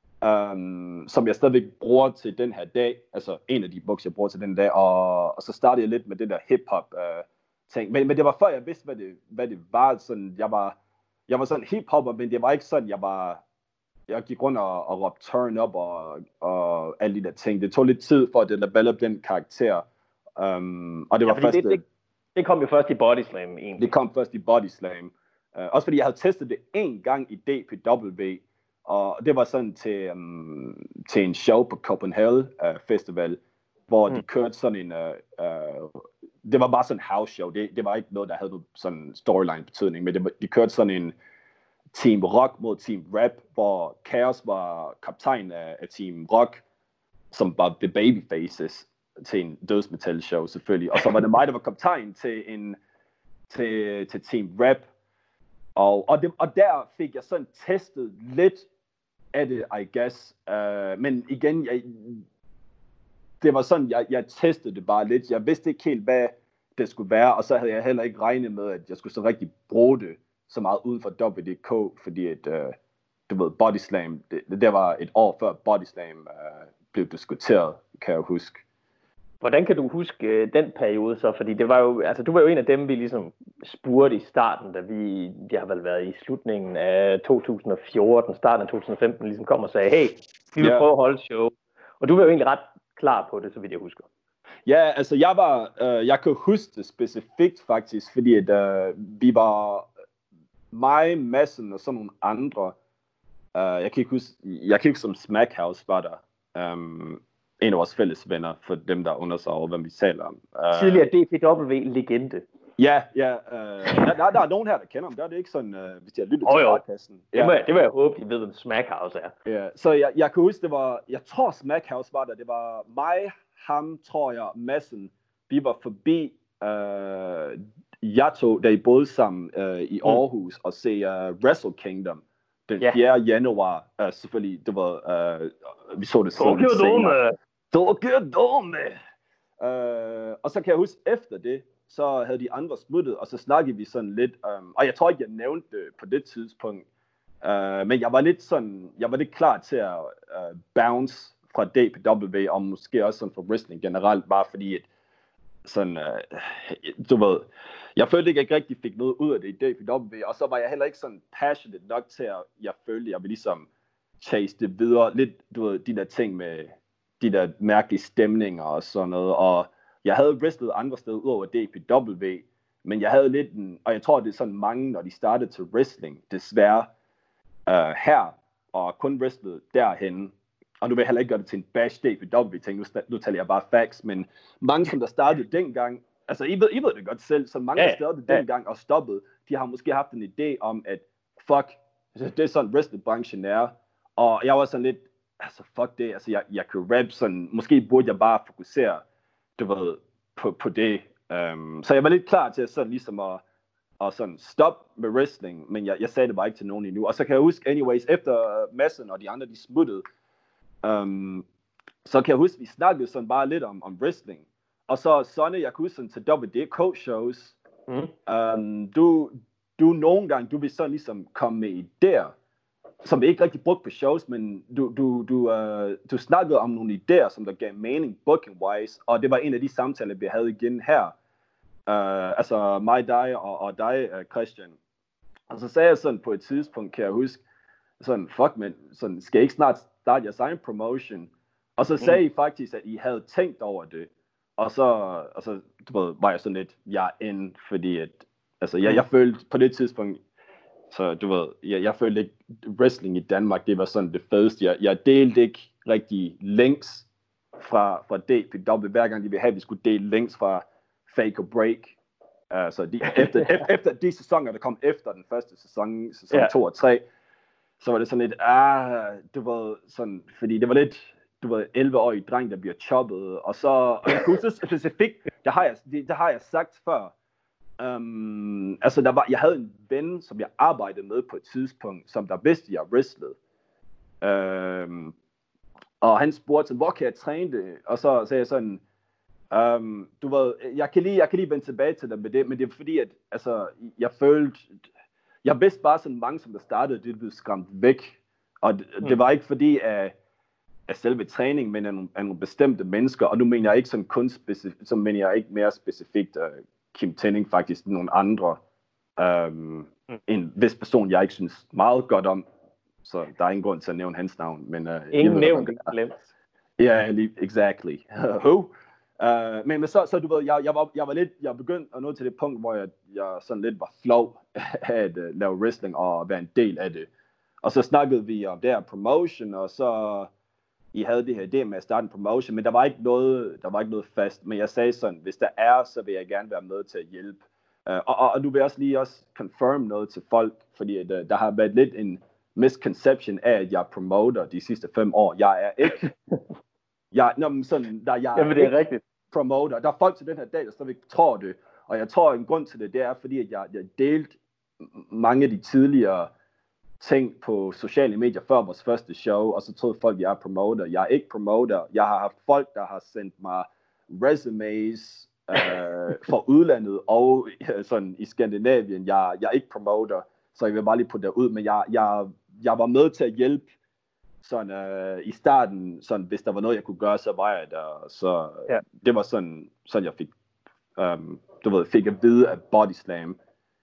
som jeg stadigvæk bruger til den her dag. Altså en af de bukser, jeg bruger til den dag. Og så startede jeg lidt med det der hip-hop ting. Men det var før jeg vidste, hvad det var. Sådan, jeg var sådan hip-hopper, men det var ikke sådan, jeg gik rundt og råbte turn up og alle de der ting. Det tog lidt tid for at develop den karakter. Og det var først... Det kom jo først i Body Slam egentlig. Det kom først i Body Slam. Også fordi jeg havde testet det en gang i DPW, og det var sådan til en show på Copenhagen Festival, hvor de kørte sådan en... det var bare sådan en house show. Det var ikke noget, der havde noget sådan storyline betydning, men de kørte sådan en Team Rock mod Team Rap, hvor Chaos var kaptajn af Team Rock, som var The Babyfaces, til en dødsmetal show selvfølgelig. Og så var det mig, der var kaptajn til Team Rap. Og der fik jeg sådan testet lidt af det, I guess. Men igen, det var sådan, jeg testede det bare lidt. Jeg vidste ikke helt, hvad det skulle være, og så havde jeg heller ikke regnet med, at jeg skulle så rigtig bruge det så meget uden for WDK, fordi Body Slam, det var et år før Body Slam blev diskuteret, kan jeg huske. Hvordan kan du huske den periode så? Fordi det var jo, altså du var jo en af dem, vi ligesom spurgte i starten, da vi har vel været i slutningen af 2014, starten af 2015, ligesom kom og sagde, hey, vi vil prøve at holde show. Og du var jo egentlig ret klar på det, så vidt jeg husker. Ja, altså jeg kan huske det specifikt faktisk, fordi at, vi var mig, Madsen og sådan nogle andre. Jeg kan ikke huske, som Smackhouse var der. En af vores fælles venner, for dem, der undersøger over, hvad vi taler om. Tidligere DPW-legende. Ja. Der er nogen her, der kender ham. Der er det ikke sådan, hvis de har lyttet til podcasten. Det må jeg håbe, de ved, hvem Smackhouse er. Ja, så jeg kan huske, jeg tror Smackhouse var der. Det var mig, ham, tror jeg, Madsen. Vi var forbi Yato, da I boede sammen i Aarhus, og se Wrestle Kingdom den 4. januar. Selvfølgelig, det var, vi så det sådan senere. Tokyo Dome! Og så kan jeg huske, efter det, så havde de andre smuttet, og så snakkede vi sådan lidt, og jeg tror ikke, jeg nævnte det på det tidspunkt, men jeg var lidt klar til at bounce fra DPW, og måske også sådan for wrestling generelt, bare fordi, at sådan, du ved, jeg følte ikke, at jeg rigtig fik noget ud af det i DPW, og så var jeg heller ikke sådan passionate nok til, at jeg følte, at jeg ville ligesom chase det videre, lidt, du ved, de der ting med de der mærkelige stemninger og sådan noget, og jeg havde wrestlet andre steder ud over DPW, men jeg havde lidt og jeg tror, det er sådan mange, når de startede til wrestling, desværre, her, og kun wrestlet derhen, og nu vil jeg heller ikke gøre det til en bash DPW-ting, nu taler jeg bare facts, men mange, som der startede dengang, altså I ved det godt selv, så mange, der startede dengang og stoppede, de har måske haft en idé om, at fuck, det er sådan wrestling-branchen er, og jeg var sådan lidt, altså fuck det, altså jeg kan rap sådan, måske burde jeg bare fokusere, du ved, på det. Så jeg var lidt klar til sådan ligesom at sådan stoppe med wrestling, men jeg sagde det bare ikke til nogen endnu. Og så kan jeg huske, anyways, efter Madsen og de andre, de smuttede, så kan jeg huske, vi snakkede sådan bare lidt om wrestling. Og så Sonny, jeg kunne huske sådan til WDK-shows, du nogle gange, du vil sådan ligesom komme med idéer, som vi ikke rigtig brugte på shows, men du snakkede om nogle idéer, som der gav mening booking-wise, og det var en af de samtaler, vi havde igen her. Altså mig, dig og dig, Christian. Og så sagde jeg sådan på et tidspunkt, kan jeg huske, sådan, fuck man, sådan, skal I ikke snart starte jeres egen promotion? Og så sagde I faktisk, at I havde tænkt over det, og så du ved, var jeg sådan lidt, ind, fordi at, altså jeg følte på det tidspunkt, så du ved, jeg følte ikke, wrestling i Danmark, det var sådan det fedeste. Jeg delte ikke rigtig links fra DPW, hver gang de ville have, at vi skulle dele links fra Fake or Break. Så efter de sæsoner, der kom efter den første sæson 2 og 3, så var det sådan lidt, du ved, sådan, fordi det var lidt, du ved, 11-årig dreng, der bliver choppet, og jeg kunne så specifikt, det har jeg sagt før, altså jeg havde en ven, som jeg arbejdede med på et tidspunkt, som der vidste, jeg wrestlede. Og han spurgte sådan, hvor kan jeg træne det? Og så sagde jeg sådan, du ved, jeg kan lige vende tilbage til dig med det, men det er fordi, at altså, jeg vidste bare sådan mange, som der startede, det blev skræmt væk. Og det var ikke fordi, af selve træning, men af nogle bestemte mennesker, og nu mener jeg ikke sådan kun specifikt, så mener jeg ikke mere specifikt Kim Tenning, faktisk nogle andre, en vis person, jeg ikke synes meget godt om, så der er ingen grund til at nævne hans navn. Men, ingen nævnt, ikke glemt. Ja, exactly. Men så du ved, jeg begyndte at nå til det punkt, hvor jeg sådan lidt var flov at lave wrestling og være en del af det. Og så snakkede vi om det her promotion, og så I havde det her idé med at starte en promotion, men der var ikke noget fast. Men jeg sagde sådan, hvis der er, så vil jeg gerne være med til at hjælpe. Og du vil også lige confirm noget til folk, fordi der har været lidt en misconception af, at jeg er promoter de sidste 5 år. Jeg er ikke. Jeg er ikke rigtigt. Promoter. Der er folk til den her dag, der stadigvæk tror det. Og jeg tror, en grund til det er, fordi at jeg delte mange af de tidligere ting på sociale medier før vores første show, og så troede folk, at jeg er promoter. Jeg er ikke promoter. Jeg har haft folk, der har sendt mig resumes fra udlandet og sådan i Skandinavien. Jeg er ikke promoter, så jeg vil bare lige putte det ud, men jeg var med til at hjælpe sådan, i starten, sådan, hvis der var noget, jeg kunne gøre, så var jeg der. Så det var sådan jeg fik, fik at vide af Body Slam.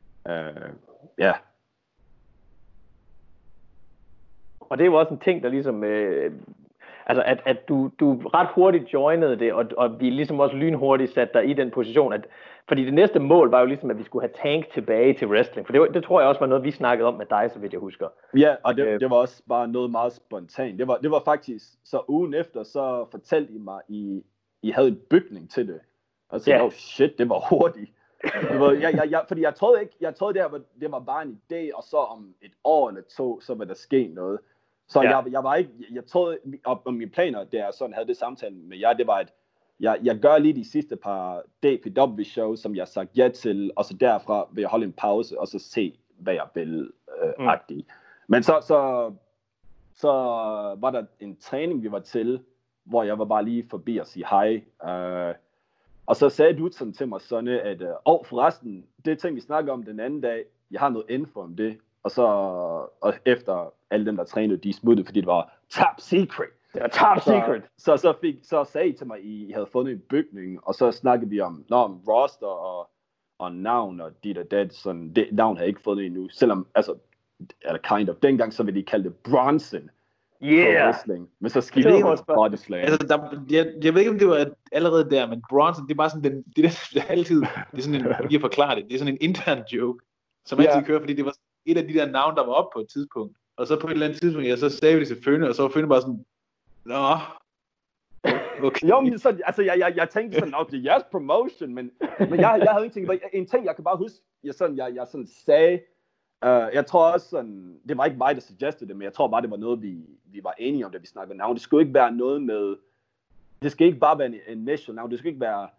Og det er jo også en ting, der ligesom, altså at du ret hurtigt joinede det, og vi ligesom også lynhurtigt satte dig i den position, fordi det næste mål var jo ligesom, at vi skulle have Tank tilbage til wrestling, for det tror jeg også var noget, vi snakkede om med dig, så vidt jeg husker. Ja, og det var også bare noget meget spontant. Det var faktisk, så ugen efter, så fortalte I mig, I havde en bygning til det. Og så shit, det var hurtigt. Fordi jeg troede det var bare en idé, og så om et år eller 2, så vil der ske noget. Så jeg var ikke, jeg troede, om mine planer, der sådan havde det samtale med jer, det var, at jeg gør lige de sidste par DPW-shows, som jeg har sagt ja til, og så derfra vil jeg holde en pause, og så se, hvad jeg vil agtigt. Men så var der en træning, vi var til, hvor jeg var bare lige forbi og sige hej. Og så sagde du sådan til mig sådan, at forresten, det ting, vi snakker om den anden dag, jeg har noget info om det. Og efter alle dem, der trænede, de smuttede, fordi det var top secret. Det var top secret. Så sagde I til mig, I havde fundet en bygning, og så snakkede vi om roster og navn og dit og dat. Sådan, det navn havde jeg ikke fundet endnu, selvom, altså, eller kind of, dengang så ville de kalde det Bronson. Wrestling. Men så skiftede jeg Body Slam. Altså, jeg ved ikke, om det var allerede der, men Bronson, det er bare sådan det er altid, det er sådan lige at forklare det, det er sådan en intern joke, som altid kører, fordi det var et af de der navn, der var oppe på et tidspunkt. Og så på et eller andet tidspunkt, så sagde vi det til Fønne, og så var Fønne bare sådan, nå, okay. Jo, men så, altså, jeg tænkte sådan, det er jeres promotion, men jeg havde en ting, jeg kan bare huske, jeg sådan sagde, jeg tror også sådan, det var ikke mig, der suggested det, men jeg tror bare, det var noget, vi var enige om, da vi snakkede navn. Det skulle ikke være noget med, det skal ikke bare være en initial navn, det skal ikke være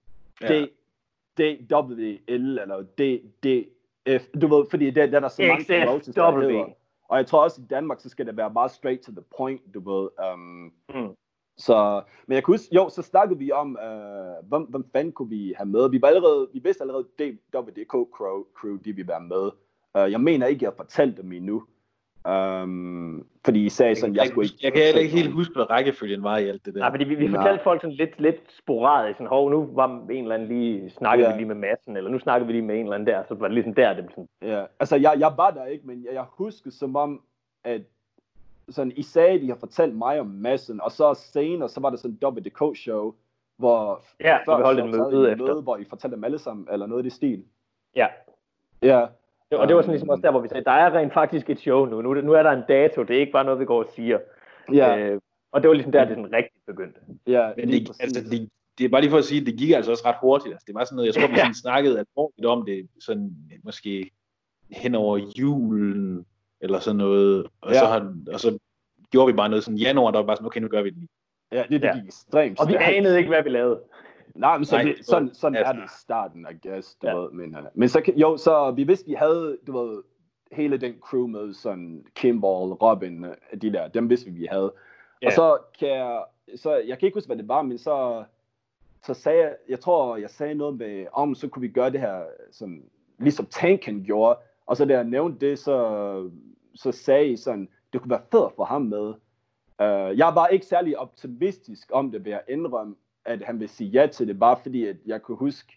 DWL eller DDF, du ved, fordi det er der så mange promotions, der hedder. Og jeg tror også i Danmark, så skal det være meget straight to the point, du ved. Så, men jeg kunne huske, så snakkede vi om, hvem fanden kunne vi have med. Vi vidste allerede, DWDK crew, de ville være med. Jeg mener ikke, jeg har fortalt dem endnu. Fordi I sagde sådan, jeg skulle ikke... Jeg kan heller ikke helt huske, hvad rækkefølgen var i alt det der. Nej, fordi vi fortalte folk sådan lidt sporadisk, sådan, nu var en eller anden lige, snakkede vi lige med Madsen, eller nu snakkede vi lige med en eller anden der, så var det ligesom der, det sådan... Ja, altså jeg var der ikke, men jeg husker som om, at sådan, I sagde, at I har fortalt mig om Madsen, og så senere, så var der sådan en WDK-show, hvor... Ja, vi holdt et møde efter. Hvor I fortalte dem alle sammen, eller noget i det stil. Ja. Ja. Og det var sådan ligesom også der, hvor vi sagde, der er rent faktisk et show nu. Nu er der en dato, det er ikke bare noget, vi går og siger. Ja. Og det var ligesom der, det sådan rigtig begyndte. Ja. Men det er bare lige for at sige, at det gik altså også ret hurtigt. Altså, det var sådan noget, jeg tror, vi sådan snakkede alvorligt om det, sådan måske hen over julen, eller sådan noget. Og så gjorde vi bare noget sådan i januar, der var bare sådan, okay, nu gør vi det lige. Ja, det gik ekstremt. Og vi anede ikke, hvad vi lavede. Nej, men sådan er det i starten, I guess, du ved, men så, så vi vidste, vi havde, du ved, hele den crew med sådan Kimball, Robin, de der, dem vidste vi havde. Og så jeg kan ikke huske, hvad det var, men så sagde jeg tror, jeg sagde noget med, så kunne vi gøre det her, sådan, ligesom Tanken gjorde. Og så da jeg nævnte det, så sagde I sådan, det kunne være fedt for ham med. Jeg var ikke særlig optimistisk om det ved at indrømme, at han vil sige ja til det, bare fordi at jeg kunne huske,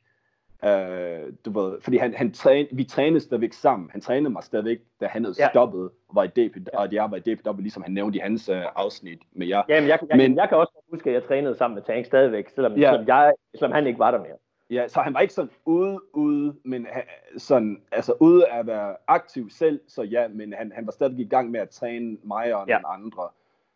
fordi vi trænede stadigvæk sammen. Han trænede mig stadigvæk, da han havde stoppet og var i DP, og jeg var i DPW, ligesom han nævnte i hans afsnit med jer. Jamen, jeg kan også huske, at jeg trænede sammen med Tank stadigvæk, selvom han ikke var der mere. Ja, så han var ikke sådan ude, men sådan, altså ude at være aktiv selv, så ja, men han var stadig i gang med at træne mig og nogle andre.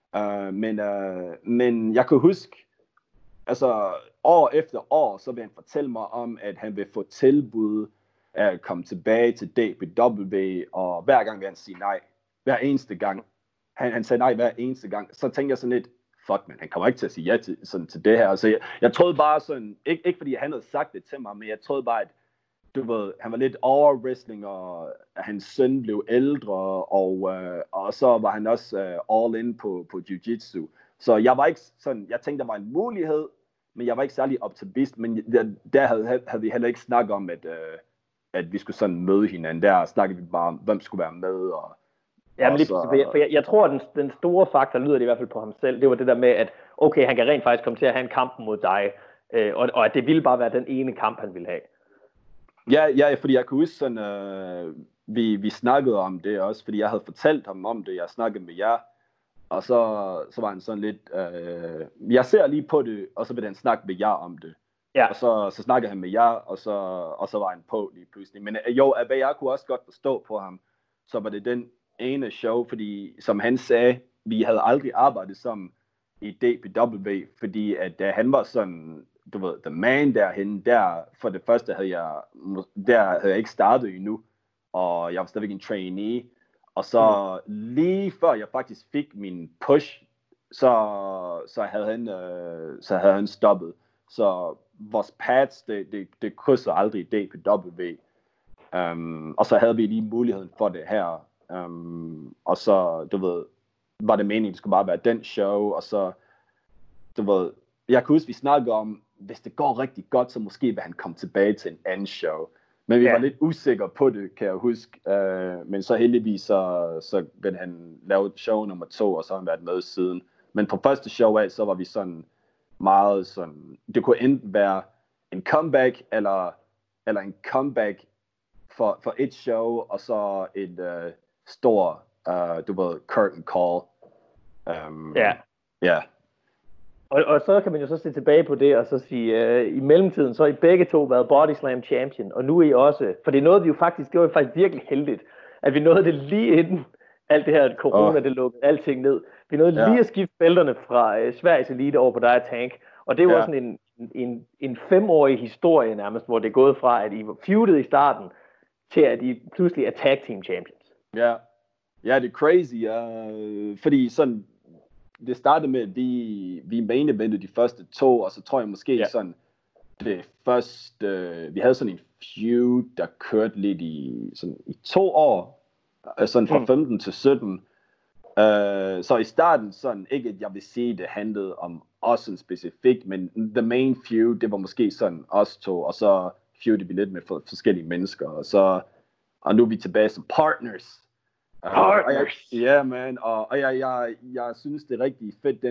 Men jeg kan huske, altså år efter år, så vil han fortælle mig om, at han vil få tilbud at komme tilbage til DPW, og hver gang vil han sige nej. Hver eneste gang. Han sagde nej hver eneste gang. Så tænkte jeg sådan lidt, fuck man, han kommer ikke til at sige ja til det her. Altså, jeg troede bare sådan, ikke fordi han havde sagt det til mig, men jeg troede bare, at han var lidt over wrestling, og hans søn blev ældre, og så var han også all in på jiu-jitsu. Så jeg var ikke sådan, jeg tænkte, der var en mulighed, men jeg var ikke særlig optimist, men der havde vi heller ikke snakket om, at vi skulle sådan møde hinanden. Der snakkede vi bare om, hvem skulle være med, Jamen lige for jeg tror, at den store faktor, lyder det i hvert fald på ham selv, det var det der med, at okay, han kan rent faktisk komme til at have en kamp mod dig, og at det ville bare være den ene kamp, han ville have. Ja, fordi jeg kunne huske sådan, vi snakkede om det også, fordi jeg havde fortalt ham om det, jeg snakkede med jer, og så var han sådan lidt, jeg ser lige på det, og så vil han snakke med jer om det. Ja. Og så snakkede han med jer, og så var han på lige pludselig. Men hvad jeg kunne også godt forstå på ham, så var det den ene show, fordi som han sagde, vi havde aldrig arbejdet sammen i DPW, fordi at han var sådan, the man derhenne, der for det første havde jeg ikke startet endnu, og jeg var stadigvæk en trainee, og så lige før jeg faktisk fik min push, så havde han stoppet. Så vores paths, det krydser aldrig DPW. Og så havde vi lige muligheden for det her. Og så, var det meningen, det skulle bare være den show, og så, jeg kan huske, vi snakkede om, hvis det går rigtig godt, så måske vil han komme tilbage til en anden show. Men vi var lidt usikre på det, kan jeg huske. Men så heldigvis, så vil han lave show nummer 2, og så har han været med siden. Men på første show af, så var vi sådan meget sådan, det kunne enten være en comeback, eller en comeback for et show, og så et stor, curtain call. Og så kan man jo så se tilbage på det, og så sige, i mellemtiden, så har I begge to været Body Slam Champion, og nu er I også, for det nåede vi jo faktisk, det var faktisk virkelig heldigt, at vi nåede det lige inden alt det her corona, det lukkede alting ned. Vi nåede lige at skifte bælterne fra Sveriges Elite over på dig og Tank, og det var sådan en 5-årig historie nærmest, hvor det er gået fra, at I var feuded i starten, til at I pludselig er Tag Team Champions. Ja, det er crazy, fordi sådan, det startede med, at vi main eventet de første 2, og så tror jeg måske sådan, det første, vi havde sådan en feud, der kørte lidt i 2 år, sådan fra 15 til 17. Så i starten sådan, ikke at jeg vil sige, det handlede om os sådan specifikt, men the main feud, det var måske sådan os 2, og så feudede vi lidt med forskellige mennesker, og nu er vi tilbage som partners. Ja, man, og jeg synes, det er rigtig fedt,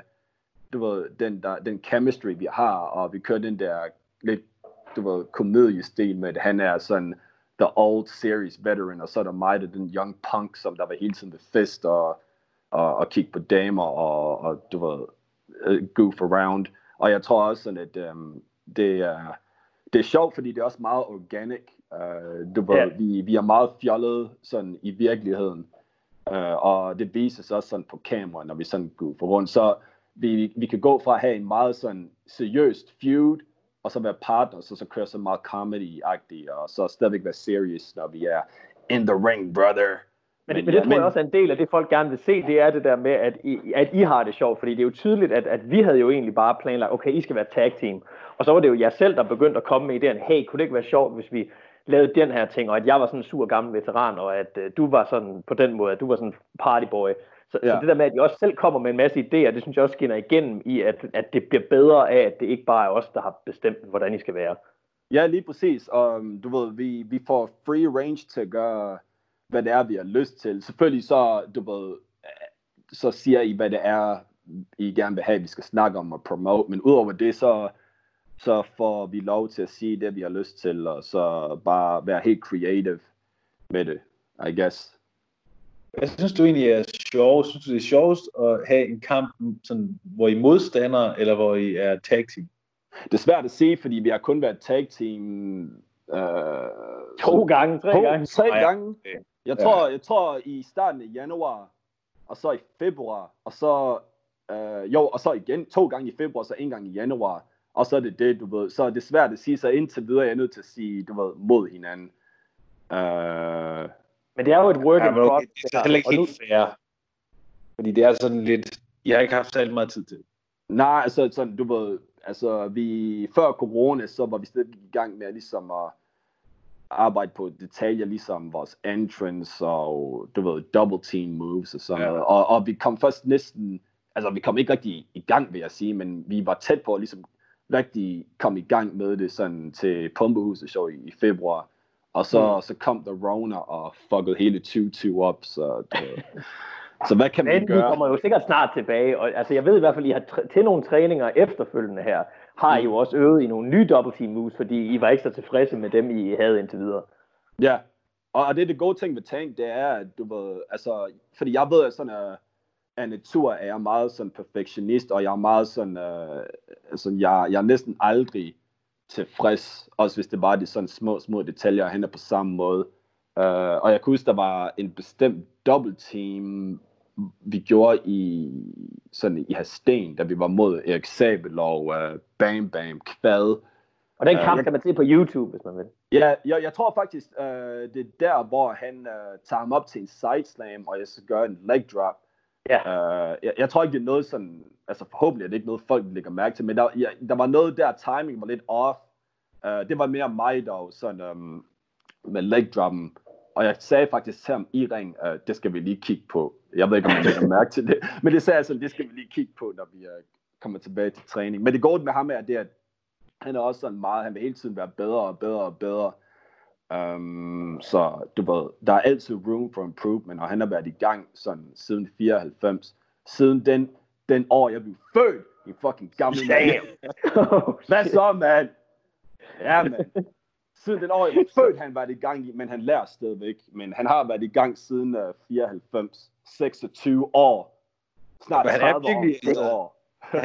den chemistry, vi har, og vi kører den der lidt, komediestil med, at han er sådan the old series veteran, og så er der mig, den young punk, som der var hele tiden ved fest, og kigge på damer, og goof around. Og jeg tror også sådan, at det er sjovt, fordi det er også meget organic. Vi er meget fjollede sådan i virkeligheden, og det vises også sådan på kamera, når vi sådan går for rundt. Så vi kan gå fra at have en meget sådan seriøst feud, og så være partners, og så køre så meget comedy-agtigt, og så stadigvæk være serious, når vi er in the ring, brother. Men det tror jeg også er en del af det, folk gerne vil se, det er det der med, at I har det sjovt, fordi det er jo tydeligt, at vi havde jo egentlig bare planlagt, okay, I skal være tag team, og så var det jo jer selv, der begyndte at komme med idéen, hey, kunne det ikke være sjovt, hvis vi lavede den her ting, og at jeg var sådan en sur gammel veteran, og at du var sådan på den måde, at du var sådan partyboy. Så det der med, at de også selv kommer med en masse idéer, det synes jeg også skinner igennem i, at det bliver bedre af, at det ikke bare er os, der har bestemt, hvordan I skal være. Ja, lige præcis. Og du ved, vi får free range til at gøre, hvad det er, vi har lyst til. Selvfølgelig så, du ved, så siger I, hvad det er, I gerne vil have, vi skal snakke om og promote. Men udover det, så får vi lov til at sige det, vi har lyst til, og så bare være helt creative med det, I guess. Jeg synes du egentlig er sjovt? Synes du det er sjovest at have en kamp, sådan, hvor I modstandere, eller hvor I er tag team? Det er svært at sige, fordi vi har kun været tag team 3 gange. 3 gange. Jeg tror i starten af januar, og så i februar, og så og så igen 2 gange i februar, så 1 gang i januar, og så er det, du ved. Så er det svært at sige, så indtil videre jeg er nødt til at sige, du ved, mod hinanden. Men det er jo et work in progress. Det er heller ikke helt fair. Fordi det er sådan lidt, jeg har ikke haft særlig meget tid til. Nej, altså sådan, du ved, altså vi før corona, så var vi slet ikke i gang med ligesom at arbejde på detaljer, ligesom vores entrance og, du ved, double team moves og sådan noget. Og vi kom først næsten, altså vi kom ikke rigtig i gang, vil jeg sige, men vi var tæt på at ligesom rigtig komme i gang med det sådan til Pumpehuset show i februar. Og så kom The Rona og fuckede hele 2020 op, så hvad kan man gøre? Men vi kommer jo sikkert snart tilbage, og altså jeg ved i hvert fald, at I har til nogle træninger efterfølgende her, har I jo også øvet i nogle nye double team moves, fordi I var ikke så tilfredse med dem, I havde indtil videre. Ja, og det gode ting ved Tank, det er, at du ved, altså, fordi jeg ved, at sådan af natur er jeg meget sådan perfektionist, og jeg er meget sådan, altså jeg er næsten aldrig tilfreds, også hvis det bare er de sådan små detaljer, hænder på samme måde. Og jeg kan huske, der var en bestemt double team, vi gjorde i Hadsten, da vi var mod Erik Sabel og Bam Bam Kvad. Og den kamp kan man se på YouTube, hvis man vil. Ja, jeg tror faktisk, det er der, hvor han tager ham op til en side slam, og jeg skal gøre en leg drop. Ja. Jeg tror ikke, det er noget sådan, altså forhåbentlig er det ikke noget, folk lægger mærke til, men der var noget der, timing var lidt off. Det var mere mig dog, sådan med leg droppen. Og jeg sagde faktisk til ham i ring, det skal vi lige kigge på. Jeg ved ikke, om man lægger mærke til det, men det sagde jeg sådan, det skal vi lige kigge på, når vi kommer tilbage til træning. Men det gode med ham er det, at han er også sådan meget, han vil hele tiden være bedre og bedre og bedre. Så du ved, der er altid room for improvement, og han har været i gang sådan siden 94. Siden den år, jeg blev født, i fucking gamle mand. Hvad så, mand? Ja, mand. Siden den år, jeg var født, han var i gang i, men han lærer stadigvæk. Men han har været i gang siden 94, 26 år. Snart 30 år.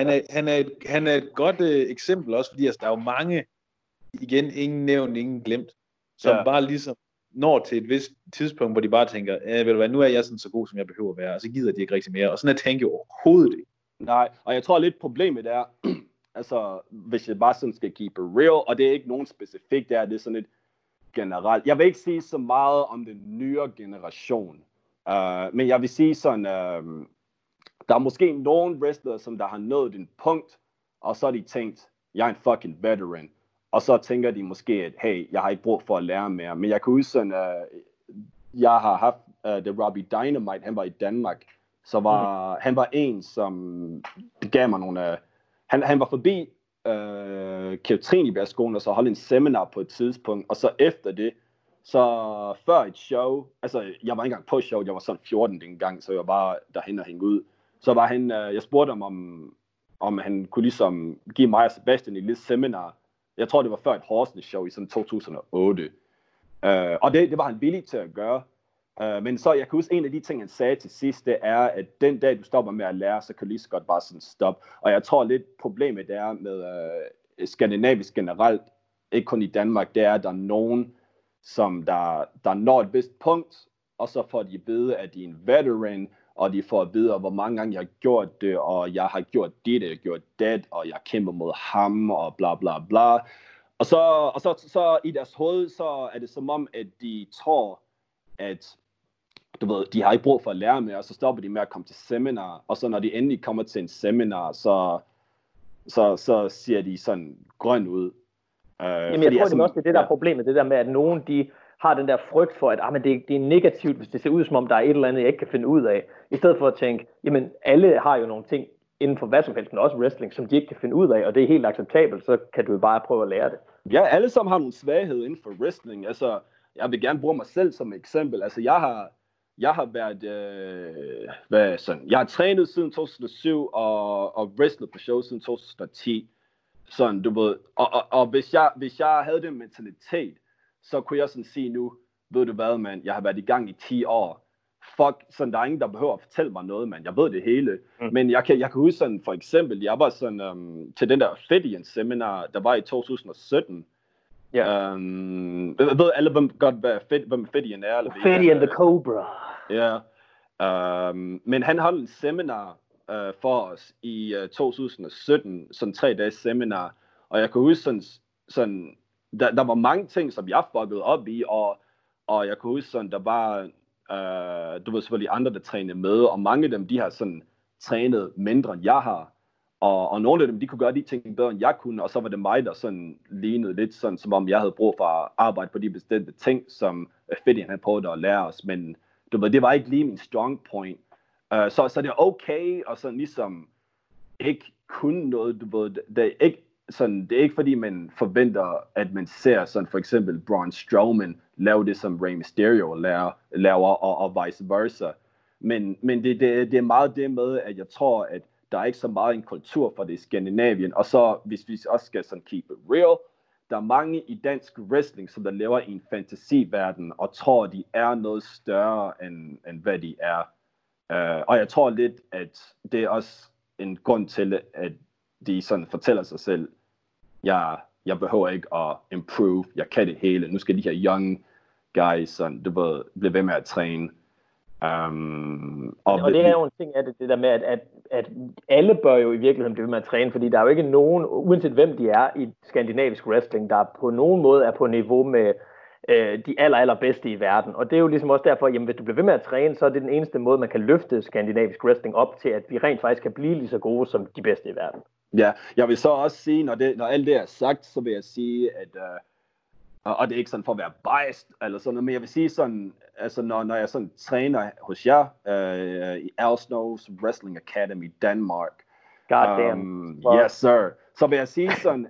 Han er et godt eksempel også, fordi altså, der er jo mange, igen, ingen nævnt, ingen glemt, som bare ligesom når til et vist tidspunkt, hvor de bare tænker, ved du hvad, nu er jeg sådan så god, som jeg behøver at være, og så gider de ikke rigtig mere. Og sådan er tænke overhovedet ikke. Nej, og jeg tror lidt problemet er, altså hvis jeg bare sådan skal keep it real, og det er ikke nogen specifikt, det er sådan et generelt. Jeg vil ikke sige så meget om den nyere generation, men jeg vil sige sådan, der er måske nogle wrestlere, som der har nået en punkt, og så har de tænkt, jeg er en fucking veteran. Og så tænker de måske, at hey, jeg har ikke brug for at lære mere. Men jeg kan huske sådan, jeg har haft The Robbie Dynamite, han var i Danmark. Så han var en, som det gav mig nogle... Han var forbi Katrine-skolen, og så holdt en seminar på et tidspunkt. Og så efter det, så før et show, altså jeg var ikke engang på show, jeg var sådan 14 dengang, så jeg var bare derhen og hænge ud. Så var han, jeg spurgte om han kunne ligesom give mig og Sebastian et lille seminar. Jeg tror, det var før et Horsens show i sådan 2008. Og det var han villig til at gøre. Men så, jeg kan huske, en af de ting, han sagde til sidst, det er, at den dag, du stopper med at lære, så kan du lige så godt bare sådan stoppe. Og jeg tror lidt, problemet er med skandinavisk generelt, ikke kun i Danmark, det er, at der er nogen, som der når et vist punkt, og så får de at vide, at de er en veteran, og de får at vide, hvor mange gange jeg har gjort det, og jeg har gjort det, jeg har gjort det, og jeg kæmper mod ham, og bla bla bla. Og så i deres hoved, så er det som om, at de tror, at du ved, de har ikke brug for at lære mere, og så stopper de med at komme til seminar, og så når de endelig kommer til en seminar, så ser de sådan grøn ud. Jamen, jeg tror, det også er det, der er problemet, det der med, at nogen, de har den der frygt for, at men det er negativt, hvis det ser ud, som om der er et eller andet, jeg ikke kan finde ud af. I stedet for at tænke, jamen, alle har jo nogle ting inden for hvad som helst, men også wrestling, som de ikke kan finde ud af, og det er helt acceptabelt, så kan du jo bare prøve at lære det. Ja, alle sammen har nogle svagheder inden for wrestling. Altså, jeg vil gerne bruge mig selv som eksempel. Altså, jeg har været, jeg har trænet siden 2007 og wrestlet på show siden 2010. Sådan, du ved, og hvis jeg havde den mentalitet, så kunne jeg sådan sige nu, ved du hvad, mand, jeg har været i gang i 10 år. Fuck, sådan, der er ingen, der behøver at fortælle mig noget, mand. Jeg ved det hele. Men jeg kan huske sådan, for eksempel, jeg var sådan til den der Ophidian seminar, der var i 2017. Ja. Ved alle godt, hvem Ophidian er? Ophidian the Cobra. Ja. Men han holdt en seminar for os i 2017, sådan 3 dages seminar. Og jeg kan huske sådan der var mange ting, som jeg fuckede op i, og jeg kan huske sådan, der var du ved selvfølgelig andre, der trænede med, og mange af dem, de har sådan trænet mindre, end jeg har. Og nogle af dem, de kunne gøre de ting bedre, end jeg kunne, og så var det mig, der sådan lignede lidt sådan, som om jeg havde brug for at arbejde på de bestemte ting, som Ophidian havde prøvet at lære os, men du ved, det var ikke lige min strong point. Så det er okay, og sådan ligesom ikke kunne noget, du ved, det er ikke fordi, man forventer, at man ser sådan for eksempel Braun Strowman lave det, som Rey Mysterio laver, og vice versa. Men det er meget det med, at jeg tror, at der er ikke så meget en kultur for det i Skandinavien. Og så, hvis vi også skal sådan keep it real, der er mange i dansk wrestling, som der lever i en fantasiverden, og tror, de er noget større, end hvad de er. Og jeg tror lidt, at det er også en grund til, at de sådan fortæller sig selv, jeg behøver ikke at improve, jeg kan det hele. Nu skal de her young guys sådan, du ved, blive ved med at træne. Og det er jo en ting af det der med, at alle bør jo i virkeligheden blive ved med at træne, fordi der er jo ikke nogen, uanset hvem de er i skandinavisk wrestling, der på nogen måde er på niveau med de allerbedste i verden. Og det er jo ligesom også derfor, jamen hvis du bliver ved med at træne, så er det den eneste måde, man kan løfte skandinavisk wrestling op til, at vi rent faktisk kan blive lige så gode som de bedste i verden. Ja, jeg vil så også sige, når alt det er sagt, så vil jeg sige, at og det er ikke sådan for at være biased eller sådan noget, men jeg vil sige sådan, altså når jeg sådan træner hos jer i Al Snow's Wrestling Academy Danmark. Goddamn. Yes sir. Så vil jeg sige sådan,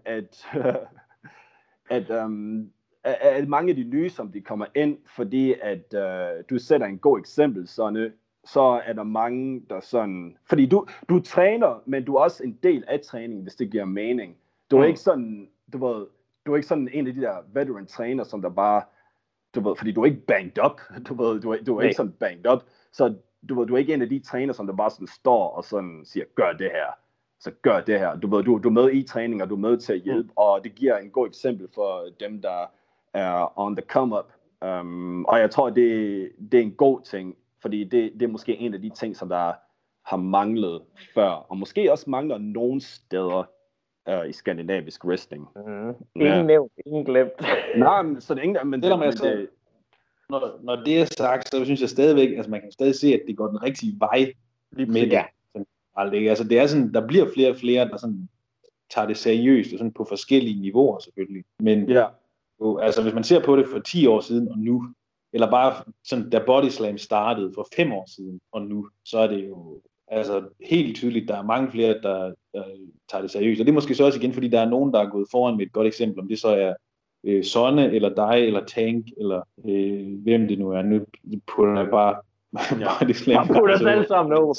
at mange af de nye, som de kommer ind, fordi at du sætter en god eksempel, så er der mange, der sådan, fordi du træner, men du er også en del af træningen, hvis det giver mening. Du er ikke sådan, du er ikke sådan en af de der veteran træner, som der bare, fordi du er ikke banged up, du er ikke sådan banged up, så du er ikke en af de træner, som der bare sådan står og sådan siger, gør det her, så gør det her. Du er med i træning, og du er med til at hjælpe, og det giver en god eksempel for dem, der er on the come up. Og jeg tror, det er en god ting, fordi det er måske en af de ting, som der har manglet før, og måske også mangler nogle steder i skandinavisk wrestling. Ingen nævnt, ingen glemt. Nej, men så det er ingen... Men når det er sagt, så synes jeg stadigvæk, altså man kan stadig se, at det går den rigtige vej med det. Altså det er sådan, der bliver flere og flere, der sådan tager det seriøst, og sådan på forskellige niveauer selvfølgelig. Men altså hvis man ser på det for 10 år siden og nu, eller bare sådan, da Body Slam startede for 5 år siden og nu, så er det jo altså helt tydeligt, der er mange flere, der tager det seriøst. Og det er måske så også igen, fordi der er nogen, der er gået foran med et godt eksempel, om det så er Sonne, eller dig, eller Tank, eller hvem det nu er. Nu putter jeg bare Body Slam. Putter os alle sammen over.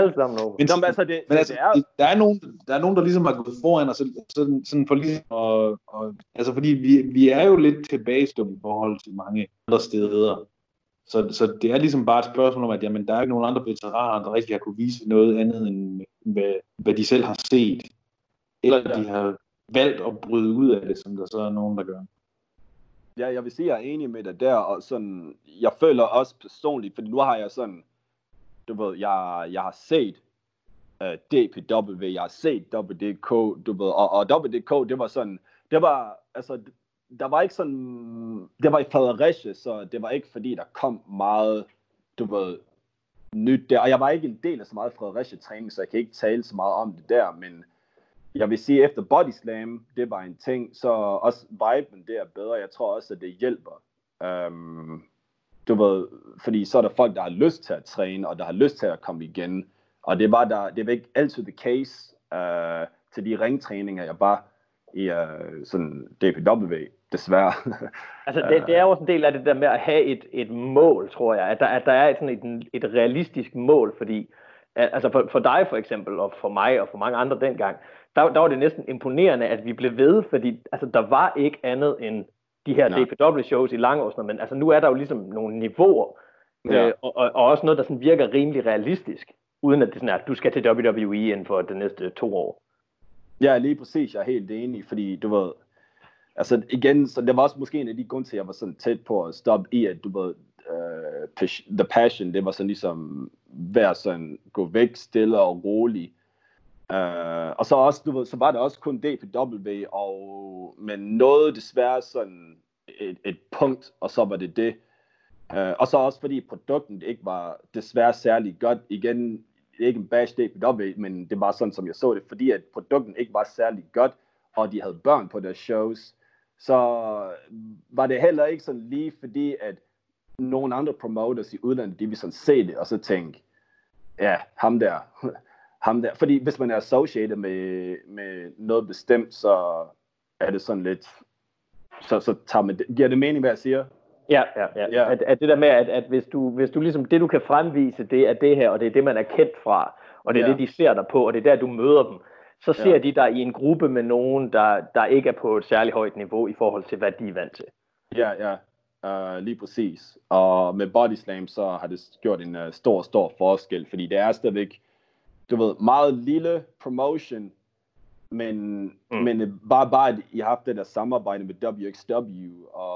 Der er nogen, der ligesom har gået foran, og sådan for ligesom, og altså fordi vi er jo lidt tilbagestående i forhold til mange andre steder. Så det er ligesom bare et spørgsmål om, at jamen, der er ikke nogen andre veteraner, der rigtig har kunne vise noget andet, end hvad de selv har set. Eller de har valgt at bryde ud af det, som der så er nogen, der gør. Ja, jeg vil sige, at jeg er enig med dig der, og sådan, jeg føler også personligt, for nu har jeg sådan, du ved, jeg har set DPW, jeg har set WDK, du ved, og WDK, det var sådan, det var, altså, der var ikke sådan, det var i Fredericia, så det var ikke fordi, der kom meget, du ved, nyt der, og jeg var ikke en del af så meget Fredericia-træning, så jeg kan ikke tale så meget om det der, men jeg vil sige, efter Body Slam, det var en ting, så også viben der er bedre. Jeg tror også, at det hjælper. Du ved, fordi så er der folk, der har lyst til at træne, og der har lyst til at komme igen. Og det var ikke altid the case til de ringtræninger, jeg bare i sådan DPW, desværre. Altså, det er jo også en del af det der med at have et mål, tror jeg. At der er sådan et realistisk mål, fordi altså for dig for eksempel, og for mig og for mange andre dengang, der var det næsten imponerende, at vi blev ved, fordi altså, der var ikke andet end de her DPW-shows i Langås, men altså nu er der jo ligesom nogle niveauer, og også noget, der sådan virker rimelig realistisk, uden at det sådan er, at du skal til WWE inden for de næste 2 år. Ja, lige præcis, jeg er helt enig, fordi du ved, altså igen, så det var også måske en af de grunde til, at jeg var sådan tæt på at stoppe i, at du ved, the passion, det var sådan ligesom, være sådan, gå væk, stille og rolig. Og så også, du ved, så var det også kun DPW, men noget desværre sådan et punkt, og så var det. Og så også fordi produkten ikke var desværre særlig godt. Igen, ikke en bash DPW, men det var sådan, som jeg så det, fordi at produkten ikke var særlig godt, og de havde børn på deres shows, så var det heller ikke sådan lige fordi, at nogle andre promoters i udlandet, de ville sådan se det, og så tænke, ja, ham der. Fordi hvis man er associated med noget bestemt, så er det sådan lidt, så tager man det. Giver det mening, hvad jeg siger? Ja. At det der med, at hvis du ligesom, det du kan fremvise, det er det her, og det er det, man er kendt fra, og det er det, de ser dig på, og det er der, du møder dem, så ser de dig i en gruppe med nogen, der ikke er på et særligt højt niveau i forhold til, hvad de er vant til. Ja. Lige præcis. Og med Body Slam, så har det gjort en stor forskel, fordi det er stadigvæk, du ved, meget lille promotion, men bare at I har haft det der samarbejde med WXW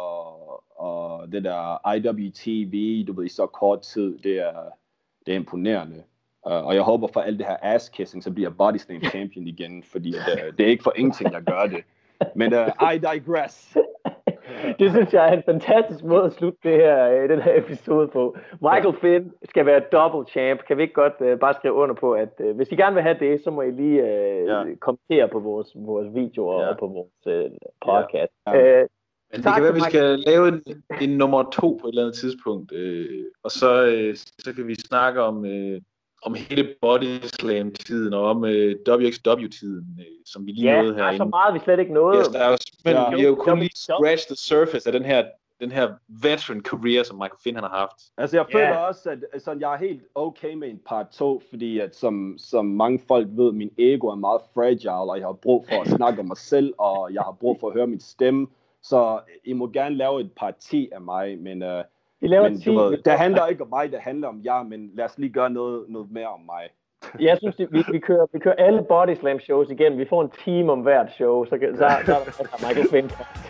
og det der IWTV, du ved, i så kort tid, det er imponerende. Og jeg håber for alt det her ass-kissing, så bliver Body Slam champion igen, fordi det er ikke for ingenting, jeg gør det. Men I digress. Det synes jeg er en fantastisk måde at slutte den her episode på. Michael Finn skal være double champ. Kan vi ikke godt bare skrive under på, at hvis I gerne vil have det, så må I lige kommentere på vores videoer og på vores podcast. Men det kan være, at vi skal lave en nummer 2 på et eller andet tidspunkt, og så kan vi snakke om hele Body Slam-tiden og om WXW-tiden, som vi lige nåede herinde. Ja, der er så meget, vi slet ikke nåede. Yes, vi har jo kun lige scratched the surface af den her veteran career, som Michael Finn han har haft. Altså jeg føler også, at sådan, jeg er helt okay med en part 2, fordi at som mange folk ved, min ego er meget fragile, og jeg har brug for at snakke om mig selv, og jeg har brug for at høre min stemme. Så I må gerne lave et part 10 af mig, men du ved, det handler ikke om mig, det handler om jer, men lad os lige gøre noget mere om mig. Jeg synes, vi kører alle Body Slam shows igen. Vi får en time om hvert show, så er der Michael Finn.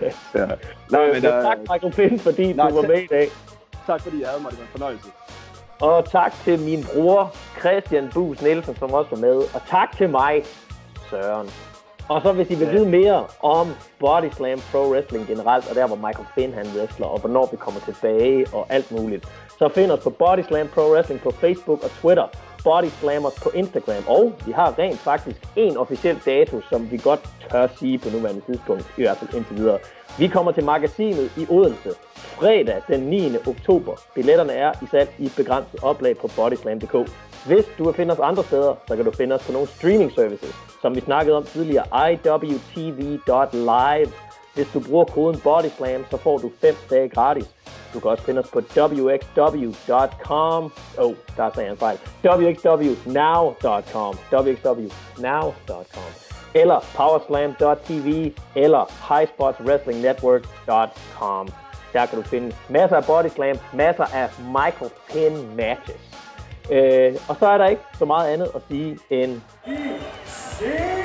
Tak Michael Finn, fordi du var med i dag. Tak fordi I havde mig, det var en fornøjelse. Og tak til min bror Christian Buus Nielsen, som også var med. Og tak til mig, Søren. Og så hvis I vil vide mere om Body Slam Pro Wrestling generelt, og der hvor Michael Finn han wrestler, og hvornår vi kommer tilbage, og alt muligt, så find os på Body Slam Pro Wrestling på Facebook og Twitter, Body Slammers på Instagram, og vi har rent faktisk en officiel dato, som vi godt tør sige på nuværende tidspunkt, i hvert fald indtil videre. Vi kommer til magasinet i Odense fredag den 9. oktober. Billetterne er i salg i begrænset oplag på bodyslam.dk. Hvis du vil finde os andre steder, så kan du finde os på nogle streaming services, som vi snakkede om tidligere, iwtv.live. Hvis du bruger koden BODYSLAM, så får du 5 dage gratis. Du kan også finde os på wxw.com. Der sagde jeg en fejl. wxwnow.com. wxwnow.com. Eller powerslam.tv eller highspotswrestlingnetwork.com. Der kan du finde masser af Body Slam, masser af Michael Finn matches. Og så er der ikke så meget andet at sige end